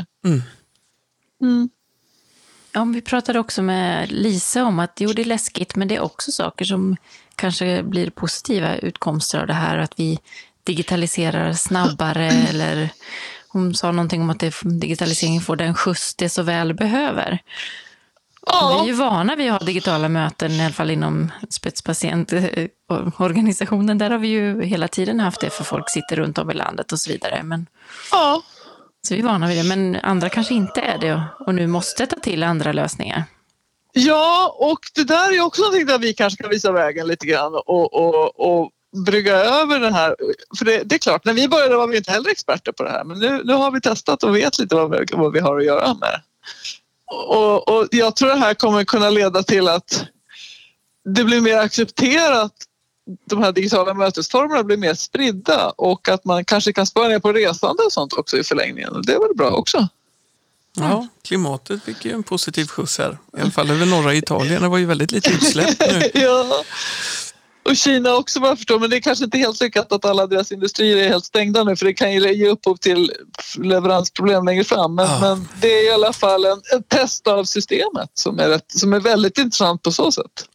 Ja, vi pratade också med Lisa om att det är läskigt, men det är också saker som kanske blir positiva utkomster av det här. Att vi digitaliserar snabbare eller hon sa någonting om att digitaliseringen får den skjuts det så väl behöver. Ja. Vi är ju vana vid att ha digitala möten, i alla fall inom spetspatientorganisationen. Där har vi ju hela tiden haft det, för folk sitter runt om i landet och så vidare. Men, så vi är vana vid det, men andra kanske inte är det och nu måste ta till andra lösningar. Ja, och det där är också någonting där vi kanske kan visa vägen lite grann och brygga över den här. För det är klart, när vi började var vi inte heller experter på det här, men nu har vi testat och vet lite vad vi har att göra med. Och jag tror det här kommer kunna leda till att det blir mer accepterat, de här digitala mötesformerna blir mer spridda och att man kanske kan spara ner på resande och sånt också i förlängningen. Och det är väl bra också. Ja, klimatet fick ju en positiv skjuts här. I alla fall över norra Italien. Det var ju väldigt lite utsläpp nu. Ja. Och Kina också, vad jag förstår, men det är kanske inte helt lyckat att alla deras industrier är helt stängda nu, för det kan ju ge upphov till leveransproblem längre fram. Men det är i alla fall en test av systemet som är väldigt intressant på så sätt.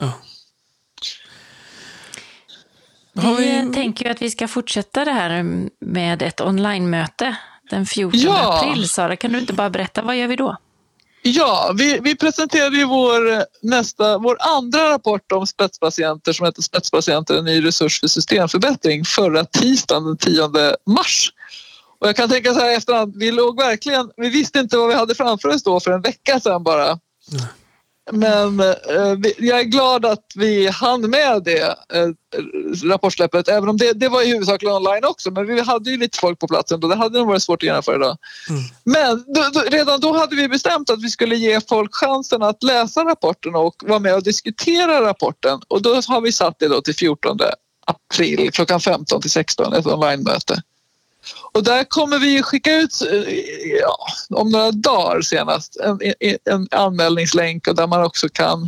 Vi tänker ju att vi ska fortsätta det här med ett online-möte den 14 april. Sara, kan du inte bara berätta, vad gör vi då? Ja, vi presenterade ju vår andra rapport om spetspatienter som heter Spetspatienter, en ny resurs för systemförbättring, förra tisdagen den 10 mars. Och jag kan tänka så här efterhand, vi visste inte vad vi hade framför oss då för en vecka sedan bara. Men jag är glad att vi hann med det rapportsläppet, även om det var i huvudsak online också, men vi hade ju lite folk på platsen då, det hade nog varit svårt att genomföra idag. Men redan då hade vi bestämt att vi skulle ge folk chansen att läsa rapporten och vara med och diskutera rapporten, och då har vi satt det då till 14 april klockan 15 till 16, ett online-möte. Och där kommer vi skicka ut om några dagar senast en anmälningslänk, och där man också kan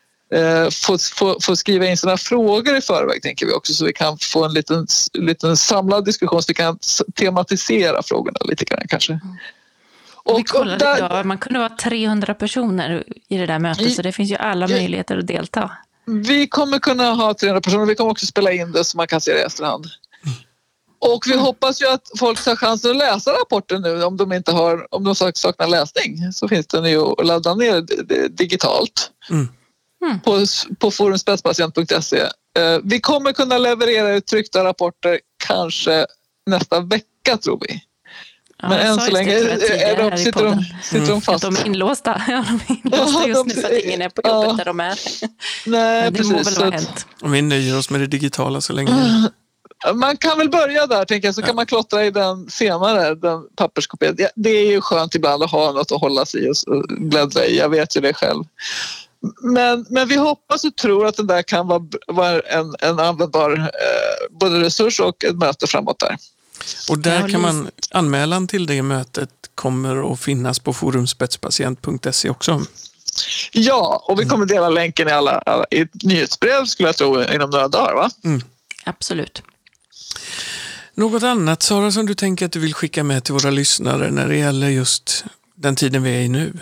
få skriva in sina frågor i förväg, tänker vi också, så vi kan få en liten samlad diskussion så vi kan tematisera frågorna lite grann kanske. Och vi kollade idag, man kunde vara 300 personer i det där mötet, så det finns ju alla möjligheter att delta. Vi kommer kunna ha 300 personer, vi kommer också spela in det så man kan se det i efterhand. Och vi hoppas ju att folk tar chansen att läsa rapporten nu, om de saknar läsning, så finns den ju att ladda ner digitalt på forumspetspatient.se. Vi kommer kunna leverera ut tryckta rapporter kanske nästa vecka, tror vi. Ja, men än så länge sitter de fast. De är inlåsta. Ja, de är inlåsta just nu, så att ingen är på jobbet där de är. Nej, men det precis. må väl vara hänt. Och vi nöjer oss med det digitala så länge. Man kan väl börja där, tänker jag, så kan man klottra i den senare, den papperskopian. Det är ju skönt ibland att ha något att hålla sig i och bläddra i, jag vet ju det själv. Men vi hoppas och tror att den där kan vara en användbar både resurs och ett möte framåt där. Och där kan man, anmälan till det mötet kommer att finnas på forumspetspatient.se också. Ja, och vi kommer dela länken i ett nyhetsbrev, skulle jag tro, inom några dagar, va? Absolut. Något annat, Sara, som du tänker att du vill skicka med till våra lyssnare när det gäller just den tiden vi är i nu?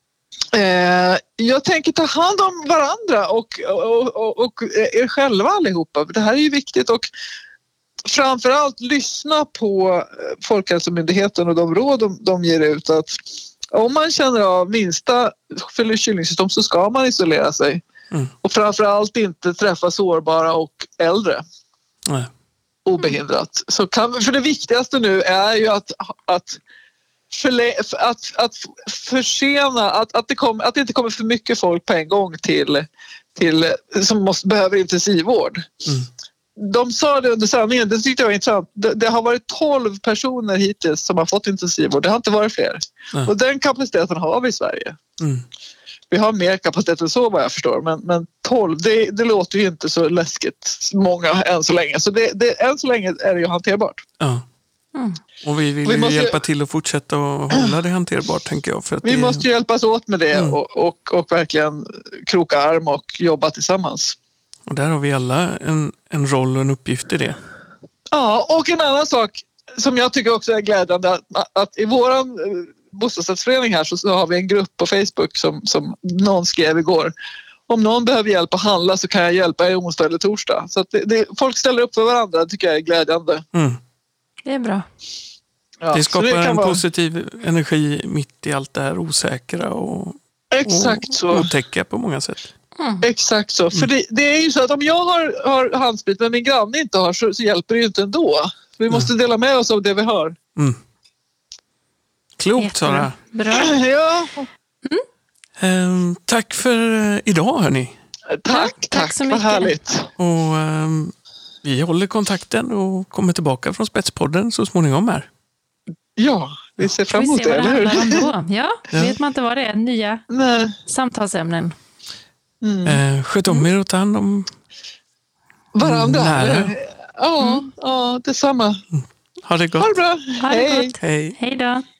Jag tänker ta hand om varandra och er själva allihopa. Det här är ju viktigt, och framförallt lyssna på Folkhälsomyndigheten och de råd de ger ut, att om man känner av minsta förkylningssymptom så ska man isolera sig. Och framförallt inte träffa sårbara och äldre. Nej. Obehindrat. För det viktigaste nu är ju att försena, att det inte kommer för mycket folk på en gång till som behöver intensivvård. De sa det under sändningen, det tyckte jag var intressant. Det har varit 12 personer hittills som har fått intensivvård. Det har inte varit fler. Och den kapaciteten har vi i Sverige. Vi har mer kapacitet än så vad jag förstår. Men 12, det låter ju inte så läskigt många än så länge. Så än så länge är det ju hanterbart. Ja. Och vi vill ju hjälpa till att fortsätta och hålla det hanterbart, tänker jag. För att vi måste ju hjälpas åt med det och verkligen kroka arm och jobba tillsammans. Och där har vi alla en roll och en uppgift i det. Ja, och en annan sak som jag tycker också är glädjande, att i våran bostadsrättsförening här så har vi en grupp på Facebook som någon skrev igår. Om någon behöver hjälp att handla så kan jag hjälpa i onsdag eller torsdag. Så att folk ställer upp för varandra, det tycker jag är glädjande. Det är bra. Ja, det skapar en positiv energi mitt i allt det här osäkra och otäcka på många sätt. Exakt så. För det är ju så att om jag har handsprit men min granne inte har så hjälper det ju inte ändå. Vi måste dela med oss av det vi har. Klokt, Sara. Bra. Ja. Tack för idag, hörni. Tack så mycket. Vad härligt. Och vi håller kontakten och kommer tillbaka från Spetspodden så småningom här. Ja, vi ser fram emot det, eller hur? Ja, vet man inte vad det är. Nya samtalsämnen. Sköt om er och ta hand om varandra. Ja, detsamma. Ha det gott. Ha det bra. Ha det gott. Hej. Hej då.